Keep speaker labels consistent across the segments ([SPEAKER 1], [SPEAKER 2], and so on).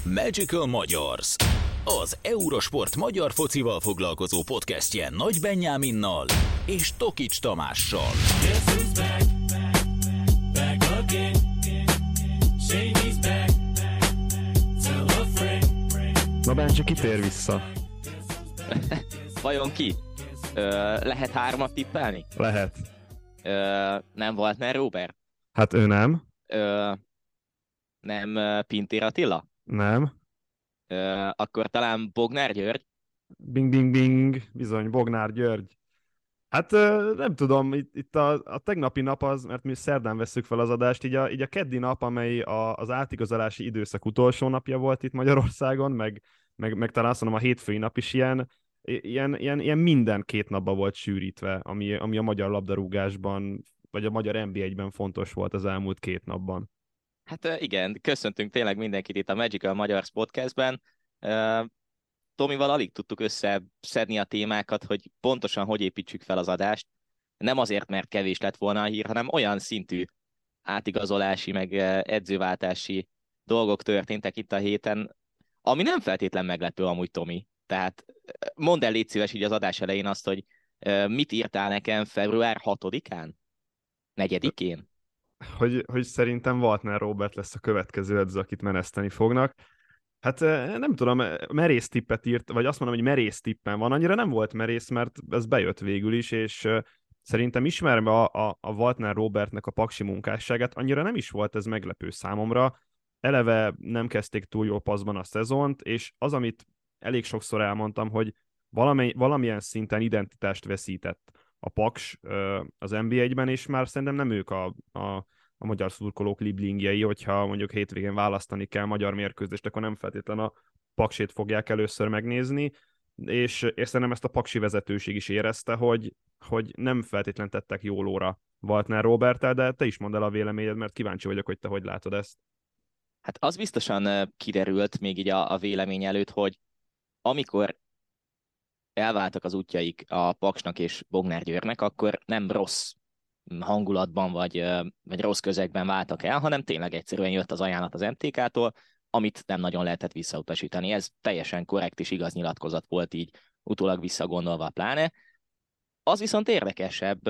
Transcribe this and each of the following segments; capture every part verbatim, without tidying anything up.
[SPEAKER 1] Magical Magyars, az Eurosport magyar focival foglalkozó podcastje Nagy Benyáminnal és Tokics Tamással.
[SPEAKER 2] Na Bencsi, ki tér vissza?
[SPEAKER 3] Vajon ki? Ö, lehet hármat tippelni?
[SPEAKER 2] Lehet.
[SPEAKER 3] Ö, nem Waltner Róbert?
[SPEAKER 2] Hát ő nem.
[SPEAKER 3] Ö, nem uh, Pintér Attila?
[SPEAKER 2] Nem.
[SPEAKER 3] Ö, akkor talán Bognár György?
[SPEAKER 2] Bing, bing, bing. Bizony, Bognár György. Hát ö, nem tudom, itt, itt a, a tegnapi nap az, mert mi szerdán vesszük fel az adást, így a, így a keddi nap, amely a, az átigazolási időszak utolsó napja volt itt Magyarországon, meg, meg, meg talán azt mondom a hétfői nap is ilyen, ilyen, ilyen, ilyen minden két napba volt sűrítve, ami, ami a magyar labdarúgásban, vagy a magyar en bé egyben fontos volt az elmúlt két napban.
[SPEAKER 3] Hát ö, igen, köszöntünk tényleg mindenkit itt a Magical Magyars podcastben. Ö, Tomival alig tudtuk összeszedni a témákat, hogy pontosan hogy építsük fel az adást. Nem azért, mert kevés lett volna a hír, hanem olyan szintű átigazolási, meg edzőváltási dolgok történtek itt a héten, ami nem feltétlen meglepő amúgy, Tomi. Tehát mondd el, légy szíves így az adás elején azt, hogy mit írtál nekem február hatodikán? negyedikén?
[SPEAKER 2] Hogy, hogy szerintem Waltner Róbert lesz a következő edző, akit meneszteni fognak. Hát nem tudom, merész tippet írt, vagy azt mondom, hogy merész tippen van. Annyira nem volt merész, mert ez bejött végül is, és szerintem ismerve a, a, a Waltner Róbertnek a paksi munkásságát, annyira nem is volt ez meglepő számomra. Eleve nem kezdték túl jó paszban a szezont, és az, amit elég sokszor elmondtam, hogy valami, valamilyen szinten identitást veszített a Paks az en bé egyben, és már szerintem nem ők a, a a magyar szurkolók liblingjei, hogyha mondjuk hétvégén választani kell magyar mérkőzést, akkor nem feltétlenül a Paksét fogják először megnézni, és, és szerintem ezt a paksi vezetőség is érezte, hogy, hogy nem feltétlenül tettek jó lóra Waltner Róberttel, de te is mondd el a véleményed, mert kíváncsi vagyok, hogy te hogy látod ezt.
[SPEAKER 3] Hát az biztosan kiderült még így a, a vélemény előtt, hogy amikor elváltak az útjaik a Paksnak és Bognár Győrnek, akkor nem rossz hangulatban vagy, vagy rossz közegben váltak el, hanem tényleg egyszerűen jött az ajánlat az em té ká-tól, amit nem nagyon lehetett visszautasítani. Ez teljesen korrekt és igaz nyilatkozat volt így, utólag visszagondolva pláne. Az viszont érdekesebb,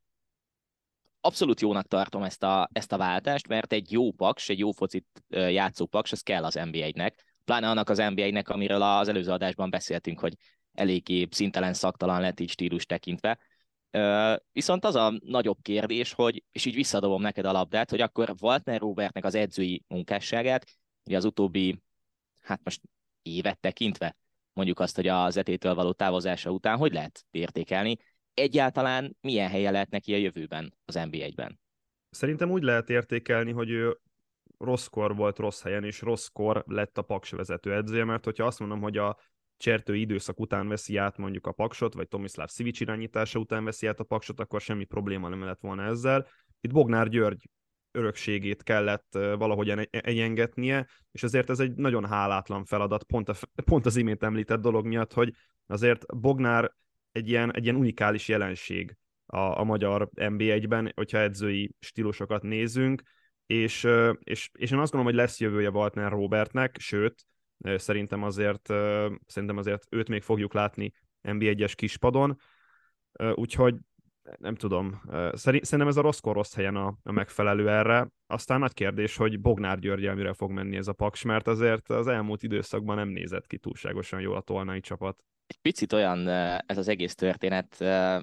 [SPEAKER 3] abszolút jónak tartom ezt a, ezt a váltást, mert egy jó Paks, egy jó focit játszó Paks, az kell az en bé egynek, pláne annak az en bé egynek, amiről az előző adásban beszéltünk, hogy eléggé szintelen, szaktalan lett így stílus tekintve. Uh, viszont az a nagyobb kérdés, hogy, és így visszadobom neked a labdát, hogy akkor Waltner Róbertnek az edzői munkásságát, ugye az utóbbi, hát most évet tekintve, mondjuk azt, hogy az etétől való távozása után, hogy lehet értékelni? Egyáltalán milyen helye lehet neki a jövőben az en bé egyben?
[SPEAKER 2] Szerintem úgy lehet értékelni, hogy ő rosszkor volt rossz helyen, és rosszkor lett a Paks vezető edzője, mert hogyha azt mondom, hogy a csertői időszak után veszi át mondjuk a Paksot, vagy Tomislav Sivic irányítása után veszi át a Paksot, akkor semmi probléma nem lett volna ezzel. Itt Bognár György örökségét kellett valahogyan egyengetnie, és azért ez egy nagyon hálátlan feladat, pont, a, pont az imént említett dolog miatt, hogy azért Bognár egy ilyen, egy ilyen unikális jelenség a, a magyar en bé egyben, hogyha edzői stílusokat nézünk, és, és, és én azt gondolom, hogy lesz jövője Waltner Róbertnek, sőt, Szerintem azért, szerintem azért őt még fogjuk látni en bé egyes kispadon, úgyhogy nem tudom, szerintem ez a rosszkor rossz helyen a, a megfelelő erre. Aztán nagy kérdés, hogy Bognár Györgyel mire fog menni ez a Paks, mert azért az elmúlt időszakban nem nézett ki túlságosan jól a tolnai csapat.
[SPEAKER 3] Egy picit olyan ez az egész történet,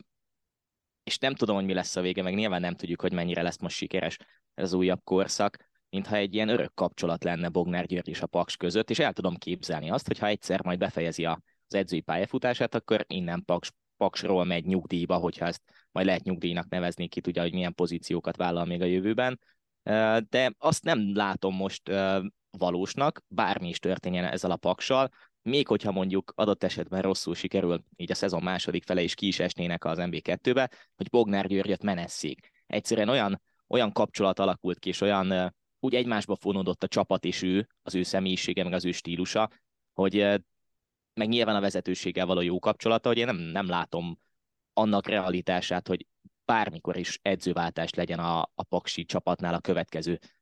[SPEAKER 3] és nem tudom, hogy mi lesz a vége, meg nyilván nem tudjuk, hogy mennyire lesz most sikeres ez az újabb korszak, mintha egy ilyen örök kapcsolat lenne Bognár György és a Paks között, és el tudom képzelni azt, hogy ha egyszer majd befejezi az edzői pályafutását, akkor innen Paks, Paksról megy nyugdíjba, hogyha ezt majd lehet nyugdíjnak nevezni, ki tudja, hogy milyen pozíciókat vállal még a jövőben. De azt nem látom most valósnak, bármi is történjen ezzel a Paksal, még hogyha mondjuk adott esetben rosszul sikerül, így a szezon második fele is ki is esnének az en bé kettőbe, hogy Bognár Györgyöt menesszék. Egyszerűen olyan, olyan kapcsolat alakult ki, és olyan úgy egymásba fonódott a csapat és ő, az ő személyisége, meg az ő stílusa, hogy meg nyilván a vezetőséggel való jó kapcsolata, hogy én nem, nem látom annak realitását, hogy bármikor is edzőváltás legyen a, a paksi csapatnál a következő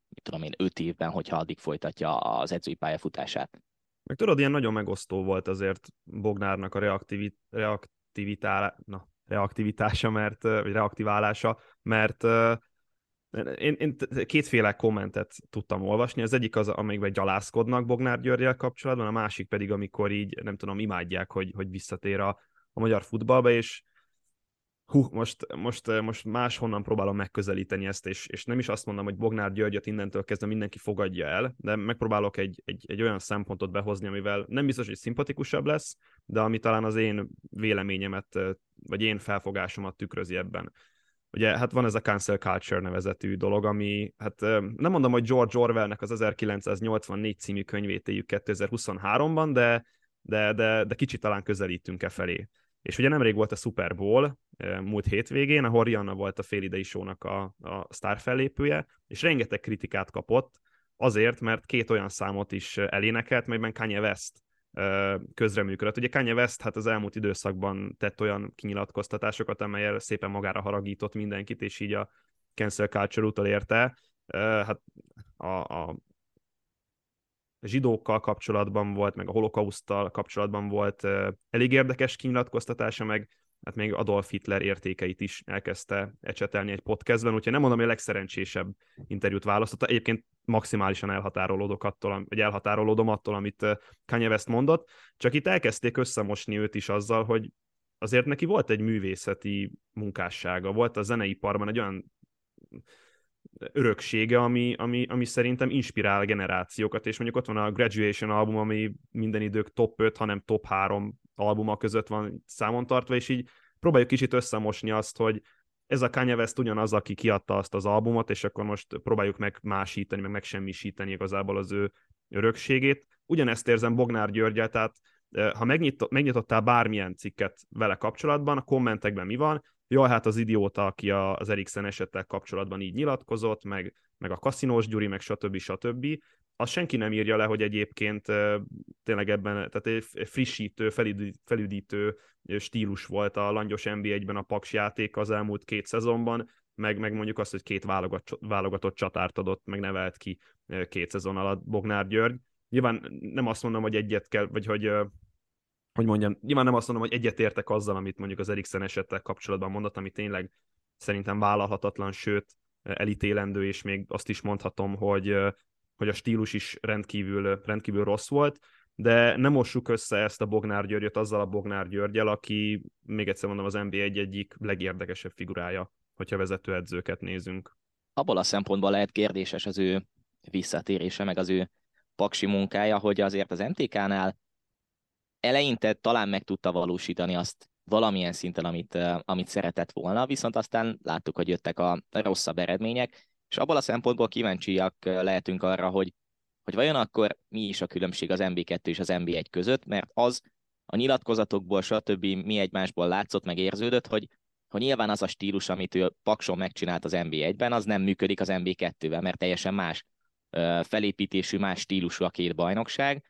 [SPEAKER 3] mit tudom én, öt évben, hogyha addig folytatja az edzői pályafutását.
[SPEAKER 2] Meg tudod, ilyen nagyon megosztó volt azért Bognárnak a reaktivi, reaktivitá, na, reaktivitása, mert, vagy reaktiválása, mert én, én kétféle kommentet tudtam olvasni. Az egyik az, amikben gyalázkodnak Bognár Györggyel kapcsolatban, a másik pedig, amikor így, nem tudom, imádják, hogy, hogy visszatér a, a magyar futballba, és hú, most, most, most máshonnan próbálom megközelíteni ezt, és, és nem is azt mondom, hogy Bognár Györgyöt innentől kezdve mindenki fogadja el, de megpróbálok egy, egy, egy olyan szempontot behozni, amivel nem biztos, hogy szimpatikusabb lesz, de ami talán az én véleményemet, vagy én felfogásomat tükrözi ebben. Ugye, hát van ez a cancel culture nevezetű dolog, ami, hát nem mondom, hogy George Orwellnek az ezerkilencszáznyolcvannégy című könyvét éljük kétezer-huszonháromban, de, de, de, de kicsit talán közelítünk e felé. És ugye nemrég volt a Super Bowl, múlt hétvégén, ahol Rihanna volt a félidei show-nak a, a sztár fellépője, és rengeteg kritikát kapott azért, mert két olyan számot is elénekelt, melyben Kanye West közreműködött. Ugye Kanye West hát az elmúlt időszakban tett olyan kinyilatkoztatásokat, amelyel szépen magára haragított mindenkit, és így a cancel culture úttal érte. Hát a, a zsidókkal kapcsolatban volt, meg a holokauszttal kapcsolatban volt elég érdekes kinyilatkoztatása, meg hát még Adolf Hitler értékeit is elkezdte ecsetelni egy podcastben, úgyhogy nem mondom, hogy a legszerencsésebb interjút választotta. Egyébként maximálisan elhatárolódok attól, vagy elhatárolódom attól, amit Kanye West mondott, csak itt elkezdték összemosni őt is azzal, hogy azért neki volt egy művészeti munkássága, volt a zeneiparban egy olyan öröksége, ami, ami, ami szerintem inspirál generációkat, és mondjuk ott van a Graduation album, ami minden idők top öt, hanem top három albuma között van számon tartva, és így próbáljuk kicsit összemosni azt, hogy ez a Kanye West ugyanaz, aki kiadta azt az albumot, és akkor most próbáljuk meg másítani, meg megsemmisíteni igazából az ő örökségét. Ugyanezt érzem Bognár Györgyel, tehát ha megnyit, megnyitottál bármilyen cikket vele kapcsolatban, a kommentekben mi van? Jaj, hát az idióta, aki az Eriksen esettel kapcsolatban így nyilatkozott, meg, meg a kaszinós Gyuri, meg stb. stb. Azt senki nem írja le, hogy egyébként tényleg ebben, tehát egy frissítő, felüdítő stílus volt a langyos en bé egyben a Paks játék az elmúlt két szezonban, meg, meg mondjuk azt, hogy két válogatott, válogatott csatárt adott, meg nevelt ki két szezon alatt Bognár György. Nyilván nem azt mondom, hogy egyet kell, vagy hogy hogy mondjam, nyilván nem azt mondom, hogy egyetértek azzal, amit mondjuk az Eriksen esettel kapcsolatban mondott, ami tényleg szerintem vállalhatatlan, sőt elítélendő, és még azt is mondhatom, hogy, hogy a stílus is rendkívül, rendkívül rossz volt, de nem mossuk össze ezt a Bognár Györgyöt azzal a Bognár Györgyel, aki, még egyszer mondom, az en bé egy egyik legérdekesebb figurája, hogyha vezetőedzőket nézünk.
[SPEAKER 3] Abból a szempontból lehet kérdéses az ő visszatérése, meg az ő paksi munkája, hogy azért az em té ká-nál eleinte talán meg tudta valósítani azt valamilyen szinten, amit, amit szeretett volna, viszont aztán láttuk, hogy jöttek a rosszabb eredmények, és abból a szempontból kíváncsiak lehetünk arra, hogy, hogy vajon akkor mi is a különbség az en bé kettő és az en bé egy között, mert az a nyilatkozatokból, stb. Mi egymásból látszott, meg érződött, hogy, hogy nyilván az a stílus, amit ő Pakson megcsinált az en bé egyben, az nem működik az en bé kettővel, mert teljesen más felépítésű, más stílusú a két bajnokság.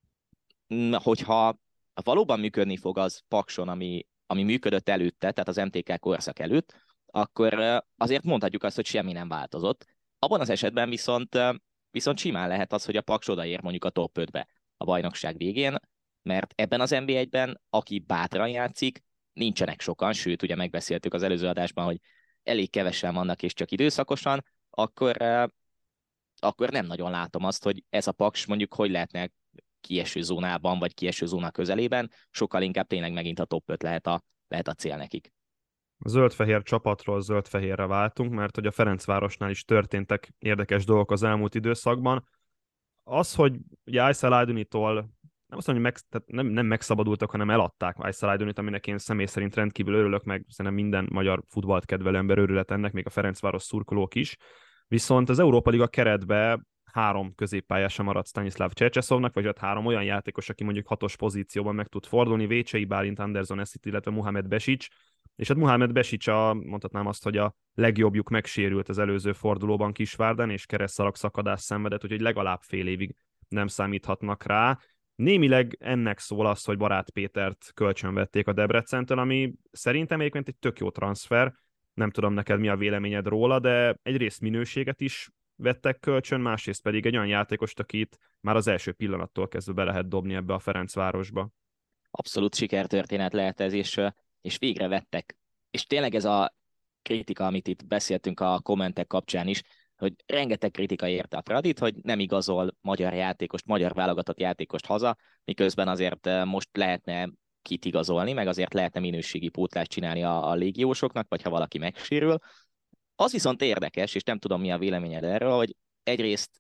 [SPEAKER 3] Hogyha valóban működni fog az Pakson, ami, ami működött előtte, tehát az em té ká korszak előtt, akkor azért mondhatjuk azt, hogy semmi nem változott. Abban az esetben viszont, viszont simán lehet az, hogy a Paks odaér mondjuk a top ötbe a bajnokság végén, mert ebben az en bé egyben, aki bátran játszik, nincsenek sokan, sőt, ugye megbeszéltük az előző adásban, hogy elég kevesen vannak és csak időszakosan, akkor, akkor nem nagyon látom azt, hogy ez a Paks mondjuk hogy lehetne kieső zónában, vagy kieső zóna közelében, sokkal inkább tényleg megint a top öt lehet a, lehet a cél nekik.
[SPEAKER 2] A zöld-fehér csapatról zöld-fehérre váltunk, mert hogy a Ferencvárosnál is történtek érdekes dolgok az elmúlt időszakban. Az, hogy ugye Aysel Aydunitól nem azt mondom, hogy meg, tehát nem, nem megszabadultak, hanem eladták Aysel Aydunit, aminek én személy szerint rendkívül örülök, meg szerintem minden magyar futballt kedvelő ember örület ennek, még a Ferencváros szurkolók is. Viszont az Európa Liga keretbe három középpályása maradt Stanislav Csercseszovnak, vagy hát három olyan játékos, aki mondjuk hatos pozícióban meg tud fordulni, Vécsei Bálint, Anderson Eszit, illetve Muhamed Besics. És hát Muhamed Besics, a, mondhatnám azt, hogy a legjobbjuk megsérült az előző fordulóban Kisvárden, és keresztszalag szakadás szenvedett, úgyhogy legalább fél évig nem számíthatnak rá. Némileg ennek szól az, hogy Barát Pétert kölcsönvették a Debrecentől, ami szerintem egyébként egy tök jó transfer. Nem tudom neked mi a véleményed róla, de egyrészt minőséget is vettek kölcsön, másrészt pedig egy olyan játékost, akit már az első pillanattól kezdve be lehet dobni ebbe a Ferencvárosba.
[SPEAKER 3] Abszolút sikertörténet lehet ez, és, és végre vettek. És tényleg ez a kritika, amit itt beszéltünk a kommentek kapcsán is, hogy rengeteg kritika érte a Fradit, hogy nem igazol magyar játékost, magyar válogatott játékost haza, miközben azért most lehetne kit igazolni, meg azért lehetne minőségi pótlást csinálni a, a légiósoknak, vagy ha valaki megsérül. Az viszont érdekes, és nem tudom, mi a véleményed erről, hogy egyrészt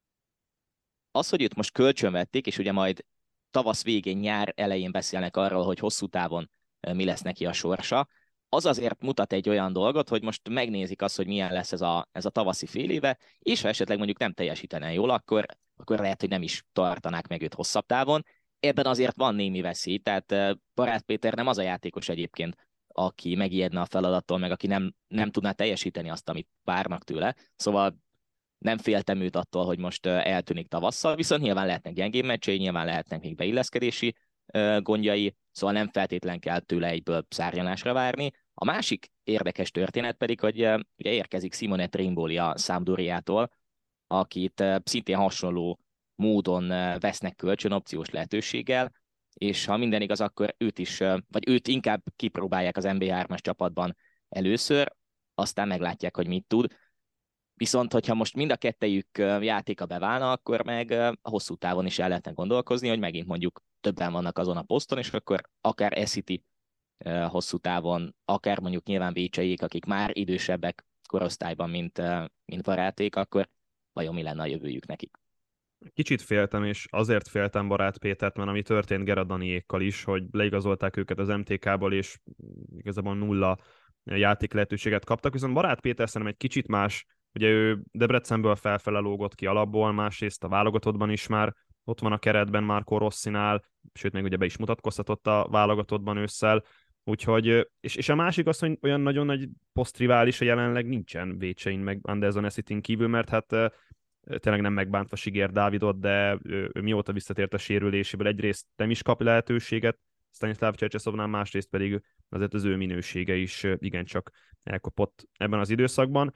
[SPEAKER 3] az, hogy őt most kölcsönvették, és ugye majd tavasz végén, nyár elején beszélnek arról, hogy hosszú távon mi lesz neki a sorsa, az azért mutat egy olyan dolgot, hogy most megnézik azt, hogy milyen lesz ez a, ez a tavaszi fél éve, és ha esetleg mondjuk nem teljesítene jól, akkor, akkor lehet, hogy nem is tartanák meg őt hosszabb távon. Ebben azért van némi veszély, tehát Barát Péter nem az a játékos egyébként, aki megijedne a feladattól, meg aki nem, nem tudná teljesíteni azt, amit várnak tőle. Szóval nem féltem őt attól, hogy most eltűnik tavasszal, viszont nyilván lehetnek gyengébb meccsei, nyilván lehetnek még beilleszkedési gondjai, szóval nem feltétlen kell tőle egyből szárnyalásra várni. A másik érdekes történet pedig, hogy ugye érkezik Simone Trimboli a Sampdoriától, akit szintén hasonló módon vesznek kölcsön opciós lehetőséggel, és ha minden igaz, akkor őt is, vagy őt inkább kipróbálják az en bé hármas csapatban először, aztán meglátják, hogy mit tud. Viszont, hogyha most mind a kettejük játéka beválna, akkor meg a hosszú távon is el lehetne gondolkozni, hogy megint mondjuk többen vannak azon a poszton, és akkor akár Esziti hosszú távon, akár mondjuk nyilván Vécseiék, akik már idősebbek korosztályban, mint, mint Baráték, akkor vajon mi lenne a jövőjük nekik?
[SPEAKER 2] Kicsit féltem, és azért féltem Barát Pétert, mert ami történt Gerard Daniékkal is, hogy leigazolták őket az em té ká-ból, és igazából nulla játék lehetőséget kaptak, viszont Barát Péter szerintem egy kicsit más. Ugye ő Debrecenből felfele lógott ki alapból, másrészt a válogatottban is már ott van a keretben Marco Rossinál, sőt még ugye be is mutatkoztatott a válogatottban ősszel, úgyhogy, és, és a másik az, hogy olyan nagyon nagy posztrivális jelenleg nincsen Vécsein meg Anderson Eszitin kívül, mert hát tényleg nem megbántva Siger Dávidot, de ő, ő mióta visszatért a sérüléséből egyrészt nem is kap lehetőséget Stanislav Csercseszovnál, másrészt pedig azért az ő minősége is igencsak elkopott ebben az időszakban.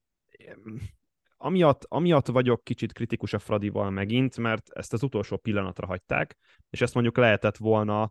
[SPEAKER 2] Amiatt, amiatt vagyok kicsit kritikus a Fradival megint, mert ezt az utolsó pillanatra hagyták, és ezt mondjuk lehetett volna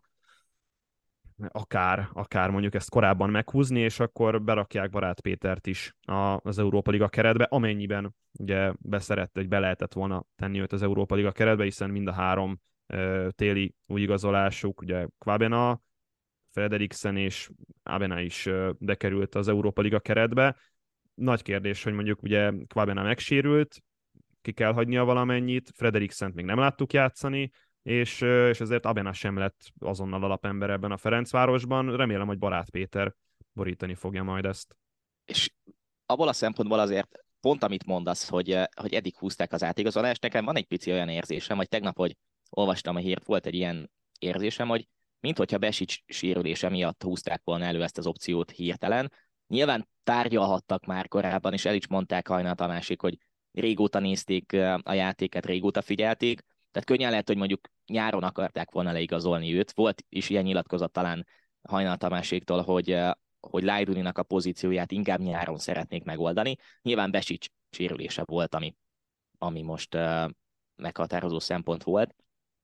[SPEAKER 2] akár, akár mondjuk ezt korábban meghúzni, és akkor berakják Barát Pétert is az Európa Liga keretbe, amennyiben ugye beszerett, hogy be lehetett volna tenni őt az Európa Liga keretbe, hiszen mind a három uh, téli új igazolásuk, ugye Kvabena, Frederiksen és Abena is uh, bekerült az Európa Liga keretbe. Nagy kérdés, hogy mondjuk ugye Kvabena megsérült, ki kell hagynia valamennyit, Frederiksent még nem láttuk játszani, és, és ezért Abena sem lett azonnal alapember ebben a Ferencvárosban. Remélem, hogy Barát Péter borítani fogja majd ezt.
[SPEAKER 3] És abból a szempontból azért pont amit mondasz, hogy, hogy eddig húzták az átigazolást, nekem van egy pici olyan érzésem, hogy tegnap, hogy olvastam a hírt, volt egy ilyen érzésem, hogy minthogyha Besics sérülése miatt húzták volna elő ezt az opciót hirtelen. Nyilván tárgyalhattak már korábban, és el is mondták Hajnal Tamásik, hogy régóta nézték a játéket, régóta figyelték, tehát könnyen lehet, hogy mondjuk nyáron akarták volna leigazolni őt. Volt is ilyen nyilatkozat talán Hajnal Tamáséktól, hogy, hogy Lajduninak a pozícióját inkább nyáron szeretnék megoldani. Nyilván Besics sérülése volt, ami, ami most uh, meghatározó szempont volt.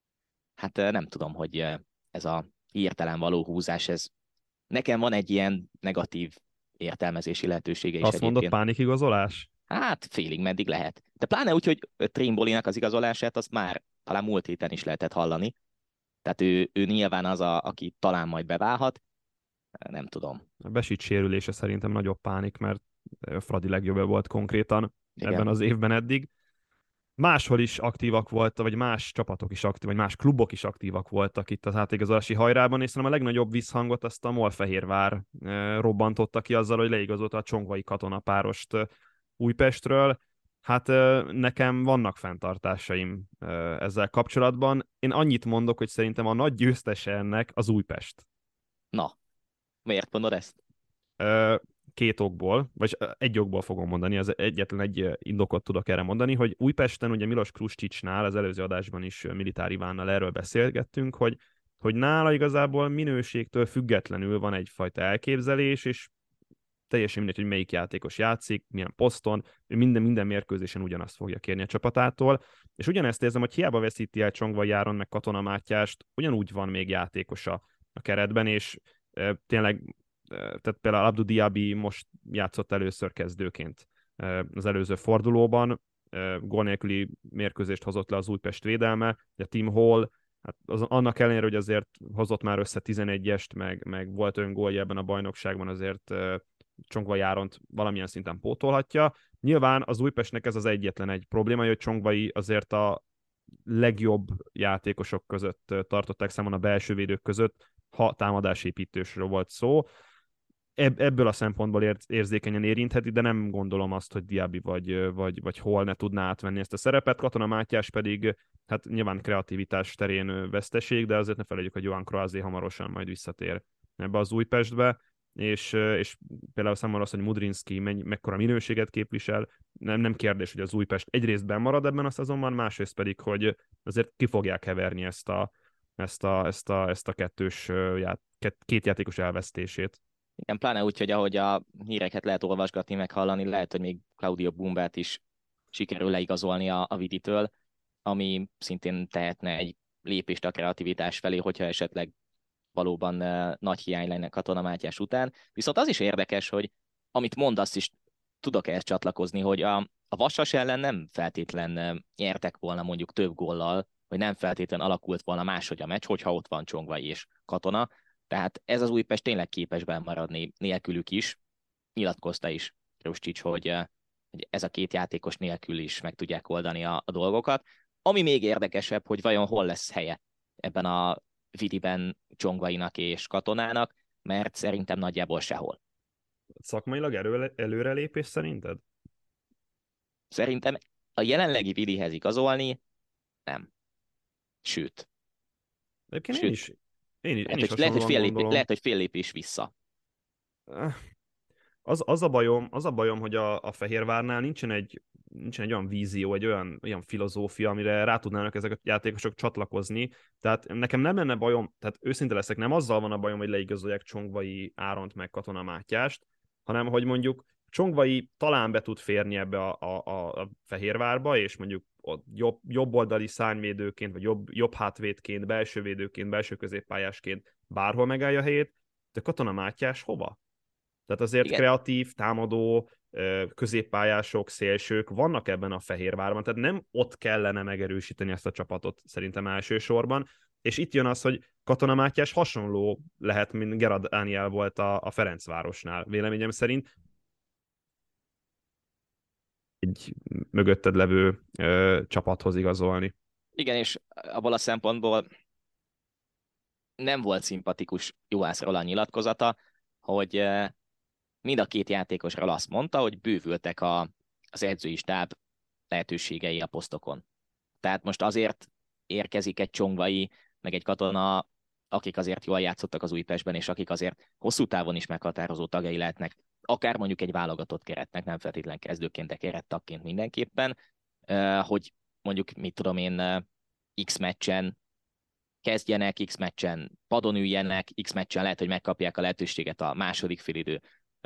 [SPEAKER 3] Hát uh, nem tudom, hogy uh, ez a hirtelen való húzás, ez nekem van egy ilyen negatív értelmezési lehetősége is.
[SPEAKER 2] Azt
[SPEAKER 3] egyébként.
[SPEAKER 2] mondod, pánikigazolás?
[SPEAKER 3] Hát félig meddig lehet. De pláne úgy, hogy Trimbolinak az igazolását azt már talán múlt héten is lehetett hallani. Tehát ő, ő nyilván az, a, aki talán majd beválhat. Nem tudom.
[SPEAKER 2] A Besics sérülése szerintem nagyobb pánik, mert Fradi legjobb volt konkrétan Igen. ebben az évben eddig. Máshol is aktívak voltak, vagy más csapatok is aktívak, vagy más klubok is aktívak voltak itt az átigazolási hajrában, és szerintem a legnagyobb visszhangot azt a Molfehérvár robbantotta ki azzal, hogy leigazolta a Csongvai katonapárost Újpestről. Hát nekem vannak fenntartásaim ezzel kapcsolatban. Én annyit mondok, hogy szerintem a nagy győztese ennek az Újpest.
[SPEAKER 3] Na, miért mondod ezt?
[SPEAKER 2] Két okból, vagy egy okból fogom mondani, az egyetlen egy indokot tudok erre mondani, hogy Újpesten ugye Milos Kruscsicsnál, az előző adásban is Militár Ivánnal erről beszélgettünk, hogy, hogy nála igazából minőségtől függetlenül van egyfajta elképzelés, és teljesen mindegy, hogy melyik játékos játszik, milyen poszton, ő minden, minden mérkőzésen ugyanazt fogja kérni a csapatától, és ugyanezt érzem, hogy hiába veszíti el Csongvai Áron meg Katona Mátyást, ugyanúgy van még játékosa a keretben, és e, tényleg, e, tehát például Abdou Diaby most játszott először kezdőként e, az előző fordulóban, e, gól nélküli mérkőzést hozott le az Újpest védelme, a Tim Hall, hát az, annak ellenére, hogy azért hozott már össze tizenegyest, meg, meg volt öngólja ebben a bajnokságban, azért e, Csongvai Áront valamilyen szinten pótolhatja. Nyilván az Újpestnek ez az egyetlen egy probléma, hogy Csongvai azért a legjobb játékosok között tartották számon a belső védők között, ha támadásépítősről volt szó. Ebb, ebből a szempontból ér, érzékenyen érintheti, de nem gondolom azt, hogy Diaby vagy, vagy, vagy Hol ne tudná átvenni ezt a szerepet. Katona Mátyás pedig, hát nyilván kreativitás terén veszteség, de azért ne felejtjük, hogy Johan Kroazé hamarosan majd visszatér ebbe az Újpestbe, és, és például számomra az, hogy Mudrinski mennyi, mekkora minőséget képvisel, nem, nem kérdés, hogy az Újpest egyrészt benn marad ebben a szezonban, másrészt pedig, hogy azért ki fogják heverni ezt a, ezt a, ezt a, ezt a kettős, ját, két játékos elvesztését.
[SPEAKER 3] Igen, pláne úgy, hogy ahogy a híreket lehet olvasgatni, meg hallani, lehet, hogy még Claudio Bumbát is sikerül leigazolni a, a Viditől, ami szintén tehetne egy lépést a kreativitás felé, hogyha esetleg valóban uh, nagy hiány lenne Katona Mátyás után. Viszont az is érdekes, hogy amit mondasz is, tudok ehhez csatlakozni, hogy a, a Vasas ellen nem feltétlen uh, nyertek volna mondjuk több góllal, vagy nem feltétlen alakult volna máshogy a meccs, hogyha ott van Csongvai és Katona. Tehát ez az Újpest tényleg képes maradni nélkülük is. Nyilatkozta is Ruscsics, hogy, uh, hogy ez a két játékos nélkül is meg tudják oldani a, a dolgokat. Ami még érdekesebb, hogy vajon hol lesz helye ebben a Vidiben Csongvainak és Katonának, mert szerintem nagyjából sehol.
[SPEAKER 2] Szakmailag erő, előrelépés szerinted?
[SPEAKER 3] Szerintem a jelenlegi Vidihez igazolni nem. Sőt.
[SPEAKER 2] Egyébként
[SPEAKER 3] Sőt.
[SPEAKER 2] én is, én, én
[SPEAKER 3] lehet,
[SPEAKER 2] is
[SPEAKER 3] hogy, lehet, hogy fél lépés,
[SPEAKER 2] gondolom.
[SPEAKER 3] lehet, hogy fél lépés vissza.
[SPEAKER 2] Az, az, a bajom, az a bajom, hogy a, a Fehérvárnál nincsen egy, nincsen egy olyan vízió, egy olyan, olyan filozófia, amire rá tudnának ezek a játékosok csatlakozni. Tehát nekem nem lenne bajom, tehát őszinte leszek, nem azzal van a bajom, hogy leigazolják Csongvai Áront meg Katona Mátyást, hanem hogy mondjuk Csongvai talán be tud férni ebbe a, a, a Fehérvárba, és mondjuk ott jobb, jobb oldali szárnyvédőként, vagy jobb, jobb hátvédként, belső védőként, belső középpályásként bárhol megállja a helyét, de Katona Mátyás hova? Tehát azért igen, kreatív, támadó, középpályások, szélsők vannak ebben a Fehérvárban, tehát nem ott kellene megerősíteni ezt a csapatot szerintem elsősorban, és itt jön az, hogy Katona Mátyás hasonló lehet, mint Gerard Dániel volt a, a Ferencvárosnál, véleményem szerint. Egy mögötted levő ö, csapathoz igazolni.
[SPEAKER 3] Igen, és abból a szempontból nem volt szimpatikus Juhász Roland nyilatkozata, hogy mind a két játékosról azt mondta, hogy bővültek a, az edzői stáb lehetőségei a posztokon. Tehát most azért érkezik egy Csongvai, meg egy Katona, akik azért jól játszottak az Újpestben, és akik azért hosszú távon is meghatározó tagjai lehetnek, akár mondjuk egy válogatott keretnek, nem feltétlen kezdőként, de kerettagként mindenképpen, hogy mondjuk, mit tudom én, X meccsen kezdjenek, X meccsen padon üljenek, X meccsen lehet, hogy megkapják a lehetőséget a második félidő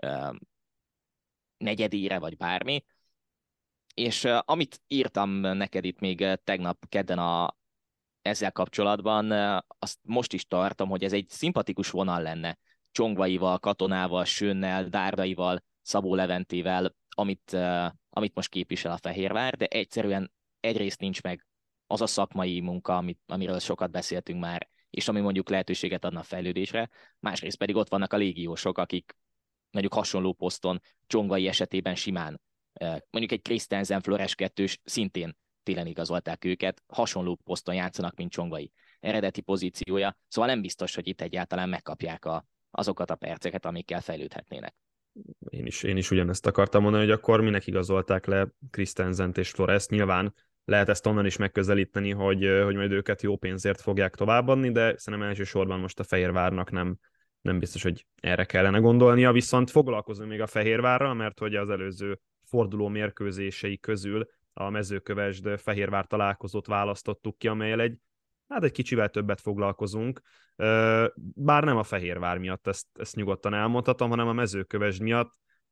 [SPEAKER 3] negyedére, vagy bármi. És uh, amit írtam neked itt még tegnap kedden a, ezzel kapcsolatban, uh, azt most is tartom, hogy ez egy szimpatikus vonal lenne Csongvaival, Katonával, Sönnel, Dárdaival, Szabó Leventével, amit, uh, amit most képvisel a Fehérvár, de egyszerűen egyrészt nincs meg az a szakmai munka, amit, amiről sokat beszéltünk már, és ami mondjuk lehetőséget adna a fejlődésre, másrészt pedig ott vannak a légiósok, akik mondjuk hasonló poszton Csongvai esetében simán, mondjuk egy Christensen Flores kettős szintén télen igazolták őket, hasonló poszton játszanak, mint Csongvai eredeti pozíciója, szóval nem biztos, hogy itt egyáltalán megkapják a, azokat a perceket, amikkel fejlődhetnének.
[SPEAKER 2] Én is, én is ugyanezt akartam mondani, hogy akkor minek igazolták le Christensent és Flores. Nyilván lehet ezt onnan is megközelíteni, hogy, hogy majd őket jó pénzért fogják továbbadni, de szerintem elsősorban most a Fehérvárnak nem, nem biztos, hogy erre kellene gondolnia, viszont foglalkozunk még a Fehérvárral, mert hogy az előző forduló mérkőzései közül a Mezőkövesd Fehérvár találkozót választottuk ki, amelyel egy, hát egy kicsivel többet foglalkozunk, bár nem a Fehérvár miatt, ezt, ezt nyugodtan elmondhatom, hanem a Mezőkövesd miatt,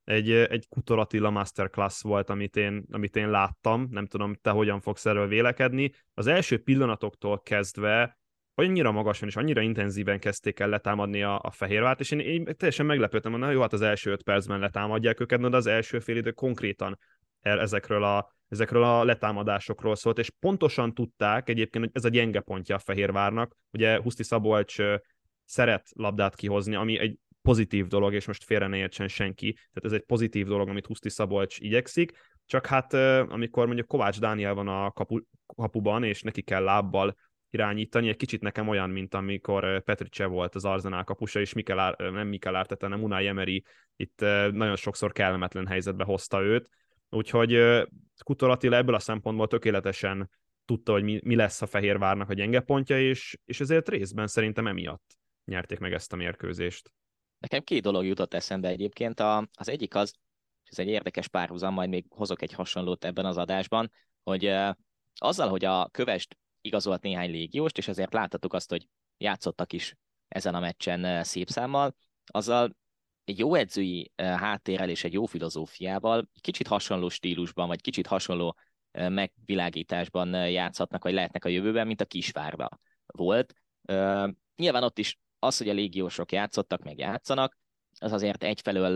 [SPEAKER 2] egy, egy Kutor Attila masterclass volt, amit én, amit én láttam, nem tudom, te hogyan fogsz erről vélekedni. Az első pillanatoktól kezdve annyira magasan és annyira intenzíven kezdték el letámadni a, a Fehérvárt, és én, én teljesen meglepődtem, hogy na jó, hát az első öt percben letámadják őket, de az első fél idő konkrétan el ezekről a, ezekről a letámadásokról szólt, és pontosan tudták egyébként, hogy ez a gyenge pontja a Fehérvárnak. Ugye Huszti Szabolcs szeret labdát kihozni, ami egy pozitív dolog, és most félre ne értsen senki, tehát ez egy pozitív dolog, amit Huszti Szabolcs igyekszik, csak hát amikor mondjuk Kovács Dániel van a kapu, kapuban, és neki kell lábbal irányítani, egy kicsit nekem olyan, mint amikor Petrice volt az Arsenal kapusa, és Mikel Ár, nem Mikel Arteta, hanem Unai Emery itt nagyon sokszor kellemetlen helyzetbe hozta őt, úgyhogy Kutor Attila ebből a szempontból tökéletesen tudta, hogy mi, mi lesz a Fehérvárnak a gyenge pontja, és, és ezért részben szerintem emiatt nyerték meg ezt a mérkőzést.
[SPEAKER 3] Nekem két dolog jutott eszembe egyébként. A, az egyik az, és ez egy érdekes párhuzam, majd még hozok egy hasonlót ebben az adásban, hogy uh, azzal, hogy a Kövesd igazolt néhány légióst, és ezért láthattuk azt, hogy játszottak is ezen a meccsen uh, szép számmal, azzal egy jó edzői uh, háttérrel és egy jó filozófiával, kicsit hasonló stílusban, vagy kicsit hasonló uh, megvilágításban uh, játszhatnak, vagy lehetnek a jövőben, mint a Kisvárda volt. Uh, nyilván ott is az, hogy a légiósok játszottak, meg játszanak, az azért egyfelől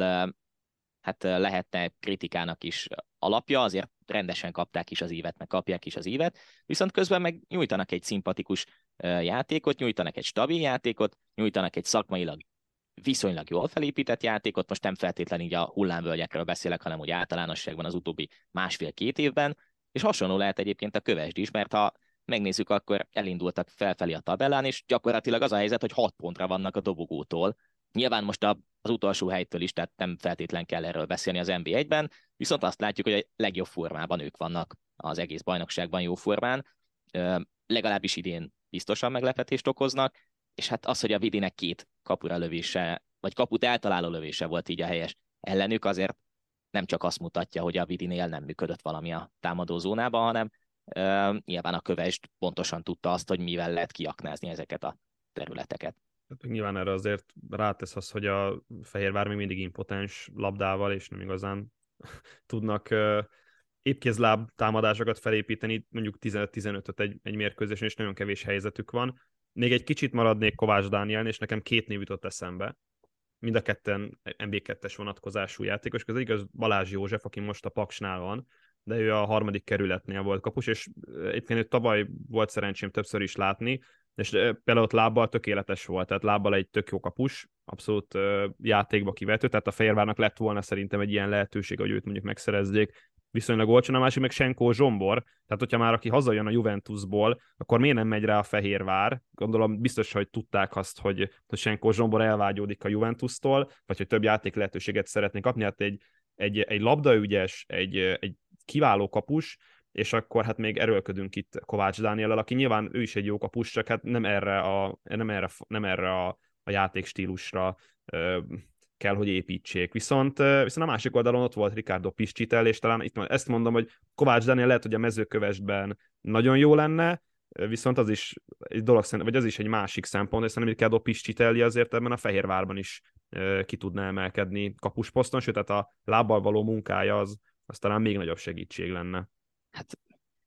[SPEAKER 3] hát lehetne kritikának is alapja, azért rendesen kapták is az ívet, meg kapják is az ívet, viszont közben meg nyújtanak egy szimpatikus játékot, nyújtanak egy stabil játékot, nyújtanak egy szakmailag viszonylag jól felépített játékot, most nem feltétlenül így a hullámvölgyekről beszélek, hanem úgy általánosságban az utóbbi másfél-két évben, és hasonló lehet egyébként a Kövesd is, mert ha megnézzük, akkor elindultak felfelé a tabellán, és gyakorlatilag az a helyzet, hogy hat pontra vannak a dobogótól. Nyilván most a, az utolsó helytől is, tehát nem feltétlen kell erről beszélni az en bé egyben, viszont azt látjuk, hogy a legjobb formában ők vannak az egész bajnokságban jó formán. Ö, legalábbis idén biztosan meglepetést okoznak, és hát az, hogy a Vidinek két kapura lövése, vagy kaput eltaláló lövése volt így a helyes ellenük, azért nem csak azt mutatja, hogy a Vidinél nem működött valami a támadó zónában, hanem Uh, nyilván a Kövesd pontosan tudta azt, hogy mivel lehet kiaknázni ezeket a területeket.
[SPEAKER 2] Hát, nyilván erre azért rátesz az, hogy a Fehérvár még mindig impotens labdával, és nem igazán tudnak uh, épkézláb támadásokat felépíteni, mondjuk tizenöt-tizenötöt egy, egy mérkőzésen, és nagyon kevés helyzetük van. Még egy kicsit maradnék Kovács Dánielnél, és nekem két név jutott eszembe. Mind a ketten en bé kettes vonatkozású játékos, az igaz Balázs József, aki most a Paksnál van, de ő a harmadik kerületnél volt kapus, és egyébként őt tavaly volt szerencsém többször is látni, és például ott lábbal tökéletes volt, tehát lábbal egy tök jó kapus, abszolút játékba kivető, tehát a Fehérvárnak lett volna szerintem egy ilyen lehetőség, hogy őt mondjuk megszerezzék viszonylag olcsón, a másik meg Senko Zsombor, tehát hogyha már aki hazajön a Juventusból, akkor miért nem megy rá a Fehérvár? Gondolom biztos, hogy tudták azt, hogy, hogy Senko Zsombor elvágyódik a Juventustól, vagy hogy több játék lehetőséget szeretnék kapni, hát egy, egy, egy labdaügyes, egy, egy kiváló kapus, és akkor hát még erőlködünk itt Kovács Dániellel, aki nyilván ő is egy jó kapus, csak hát nem erre a, nem erre, nem erre a, a játékstílusra ö, kell, hogy építsék. Viszont, viszont a másik oldalon ott volt Ricardo Piscsitel, és talán itt ezt mondom, hogy Kovács Dániel lehet, hogy a Mezőkövesdben nagyon jó lenne, viszont az is egy dolog, vagy az is egy másik szempont, és szerintem Ricardo Piscitelli azért ebben a Fehérvárban is ki tudna emelkedni kapusposzton, sőt, tehát a lábbal való munkája az, az talán még nagyobb segítség lenne.
[SPEAKER 3] Hát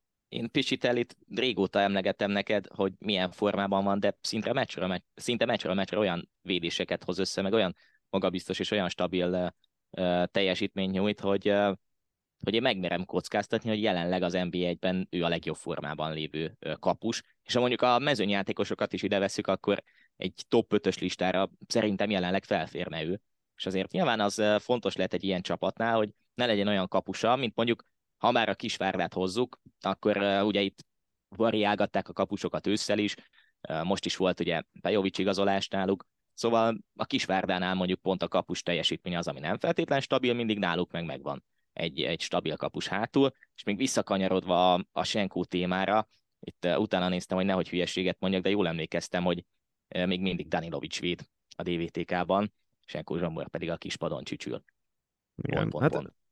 [SPEAKER 3] én Piscitellit régóta emlegettem neked, hogy milyen formában van, de szinte meccsről, meccs, szinte meccsről meccsre olyan védéseket hoz össze, meg olyan magabiztos és olyan stabil uh, teljesítményt nyújt, hogy, uh, hogy én megmerem kockáztatni, hogy jelenleg az en bé egyben ő a legjobb formában lévő uh, kapus, és ha mondjuk a mezőnyjátékosokat is ide vesszük, akkor egy top ötös listára szerintem jelenleg felférne ő. És azért nyilván az uh, fontos lehet egy ilyen csapatnál, hogy ne legyen olyan kapusa, mint mondjuk ha már a Kisvárdát hozzuk, akkor uh, ugye itt variálgatták a kapusokat ősszel is, uh, most is volt ugye Pejovic igazolás náluk, szóval a Kisvárdánál mondjuk pont a kapus teljesítmény az, ami nem feltétlen stabil, mindig náluk meg megvan egy, egy stabil kapus hátul, és még visszakanyarodva a, a Senko témára, itt uh, utána néztem, hogy nehogy hülyeséget mondjak, de jól emlékeztem, hogy uh, még mindig Danilovic véd a dé vé té ká-ban, Senko Zsombor pedig a kispadon csücsül.
[SPEAKER 2] Igen,
[SPEAKER 3] pont, pont,
[SPEAKER 2] hát
[SPEAKER 3] pont.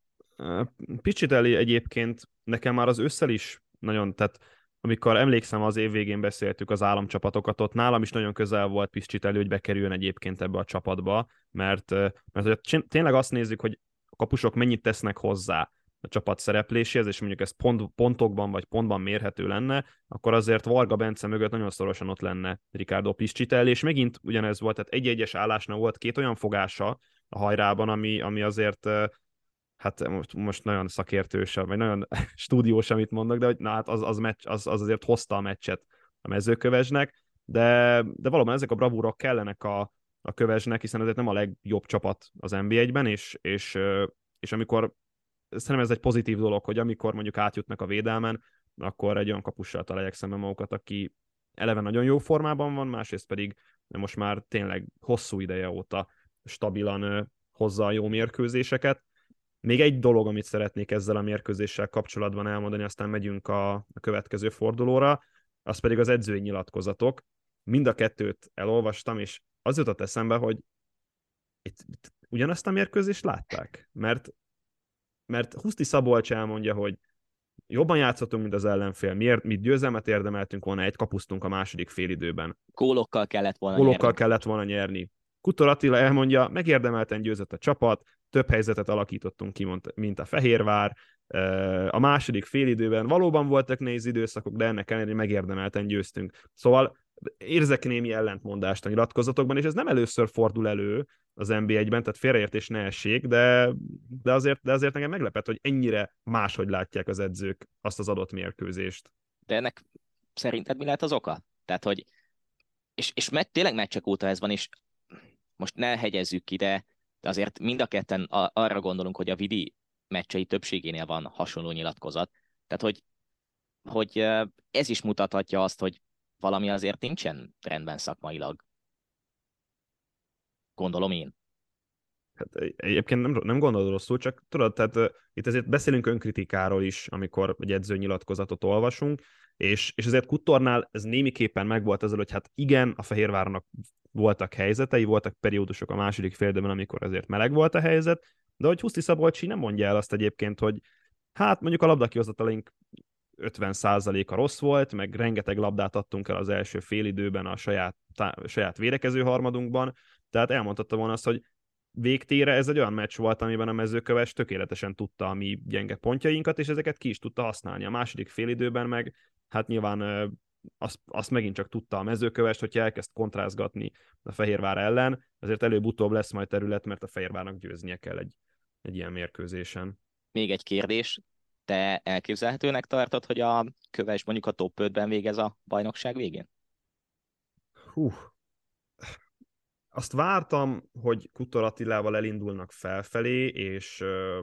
[SPEAKER 2] Piscitelli egyébként nekem már az ősszel is nagyon, tehát amikor emlékszem, az év végén beszéltük az államcsapatokat, ott nálam is nagyon közel volt Piscitelli, hogy bekerüljön egyébként ebbe a csapatba, mert, mert hogy tényleg azt nézzük, hogy kapusok mennyit tesznek hozzá a csapat szerepléséhez, és mondjuk ez pont, pontokban vagy pontban mérhető lenne, akkor azért Varga Bence mögött nagyon szorosan ott lenne Ricardo Piscitelli, és megint ugyanez volt, tehát egy-egyes állásnál volt két olyan fogása a hajrában, ami, ami azért hát most, most nagyon szakértős, vagy nagyon stúdiós, amit mondok, de hogy na, hát az, az, meccs, az, az azért hozta a meccset a Mezőkövesnek, de, de valóban ezek a bravúrok kellenek a, a Kövesnek, hiszen ezért nem a legjobb csapat az en bé egyben, és, és, és amikor szerintem ez egy pozitív dolog, hogy amikor mondjuk átjutnak a védelmen, akkor egy olyan kapussal találják szembe magukat, aki eleve nagyon jó formában van, másrészt pedig most már tényleg hosszú ideje óta stabilan hozza a jó mérkőzéseket. Még egy dolog, amit szeretnék ezzel a mérkőzéssel kapcsolatban elmondani, aztán megyünk a, a következő fordulóra, az pedig az edzői nyilatkozatok. Mind a kettőt elolvastam, és az jutott eszembe, hogy itt, itt ugyanazt a mérkőzést látták, mert mert Huszti Szabolcs elmondja, hogy jobban játszottunk, mint az ellenfél. Miért? Mi győzelmet érdemeltünk volna, egy kapusztunk a második félidőben.
[SPEAKER 3] Gólokkal kellett volna
[SPEAKER 2] Gólokkal
[SPEAKER 3] nyerni.
[SPEAKER 2] kellett volna nyerni. Kutor Attila elmondja, megérdemelten győzött a csapat, több helyzetet alakítottunk ki, mint a Fehérvár. A második félidőben valóban voltak nehéz időszakok, de ennek ellenére megérdemelten győztünk. Szóval érzek némi ellentmondást a nyilatkozatokban, és ez nem először fordul elő az en bé egyben, tehát félreértés ne essék, de, de, azért, de azért engem meglepett, hogy ennyire máshogy látják az edzők azt az adott mérkőzést.
[SPEAKER 3] De ennek szerinted mi lehet az oka? Tehát, hogy és, és me, tényleg meccsek óta ez van, és most ne hegyezzük ki, de, de azért mind a ketten a, arra gondolunk, hogy a Vidi meccsei többségénél van hasonló nyilatkozat. Tehát, hogy, hogy ez is mutathatja azt, hogy valami azért nincsen rendben szakmailag. Gondolom én.
[SPEAKER 2] Hát egyébként nem, nem gondolod rosszul, csak tudod, tehát uh, itt azért beszélünk önkritikáról is, amikor egy edző nyilatkozatot olvasunk, és, és azért Kutornál ez némiképpen megvolt ezzel, hogy hát igen, a Fehérvárnak voltak helyzetei, voltak periódusok a második félidőben, amikor azért meleg volt a helyzet, de hogy Huszti Szabolcsi nem mondja el azt egyébként, hogy hát mondjuk a labdakihozatalaink ötven százaléka rossz volt, meg rengeteg labdát adtunk el az első félidőben a saját, tá- saját védekező harmadunkban, tehát elmondhatta volna azt, hogy végtére ez egy olyan meccs volt, amiben a Mezőköves tökéletesen tudta a mi gyenge pontjainkat, és ezeket ki is tudta használni. A második félidőben meg, hát nyilván azt, azt megint csak tudta a Mezőkövest, hogyha elkezd kontrázgatni a Fehérvár ellen, azért előbb-utóbb lesz majd terület, mert a Fehérvárnak győznie kell egy, egy ilyen mérkőzésen.
[SPEAKER 3] Még egy kérdés, te elképzelhetőnek tartod, hogy a Köves mondjuk a top ötben végez a bajnokság végén?
[SPEAKER 2] Hú, azt vártam, hogy Kutor Attilával elindulnak felfelé, és,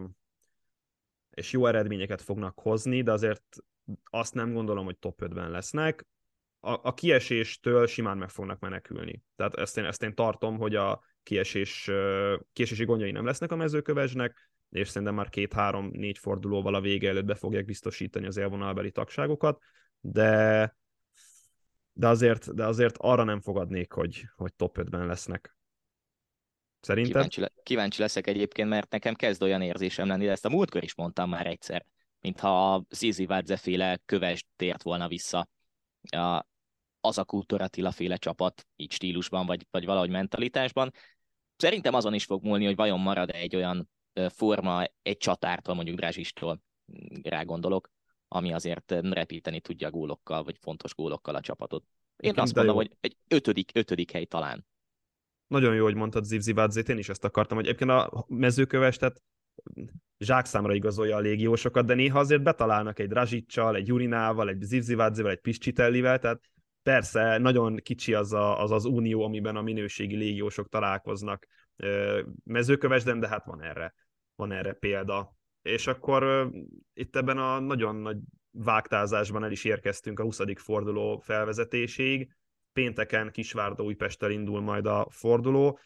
[SPEAKER 2] és jó eredményeket fognak hozni, de azért azt nem gondolom, hogy top ötben lesznek. A, a kieséstől simán meg fognak menekülni. Tehát ezt én, ezt én tartom, hogy a kiesés, kiesési gondjai nem lesznek a Mezőkövesnek, és szerintem már két-három-négy fordulóval a vége előtt be fogják biztosítani az élvonalbeli tagságokat, de De azért, de azért arra nem fogadnék, hogy, hogy top ötben lesznek. Szerinted?
[SPEAKER 3] Kíváncsi, le, kíváncsi leszek egyébként, mert nekem kezd olyan érzésem lenni, de ezt a múltkor is mondtam már egyszer, mintha a Zizivadze féle Köves tért volna vissza. A, az a Kutor Attila féle csapat, így stílusban, vagy, vagy valahogy mentalitásban. Szerintem azon is fog múlni, hogy vajon marad egy olyan forma egy csatártól, mondjuk Brázsistól, rá gondolok, ami azért repíteni tudja gólokkal, vagy fontos gólokkal a csapatot. Én
[SPEAKER 2] Igen,
[SPEAKER 3] azt mondom,
[SPEAKER 2] jó.
[SPEAKER 3] hogy egy ötödik, ötödik hely talán.
[SPEAKER 2] Nagyon jó, hogy mondtad Zivzivadzét, én is ezt akartam, hogy egyébként a Mezőköves, tehát zsákszámra igazolja a légiósokat, de néha azért betalálnak egy Drazsicsal, egy Jurinával, egy Zivzivadzével, egy Piscitellivel, tehát persze nagyon kicsi az, a, az az unió, amiben a minőségi légiósok találkoznak Mezőkövesden, de hát van erre, van erre példa. És akkor uh, itt ebben a nagyon nagy vágtázásban el is érkeztünk a huszadik forduló felvezetéséig. Pénteken Kisvárda-Újpesttel indul majd a forduló.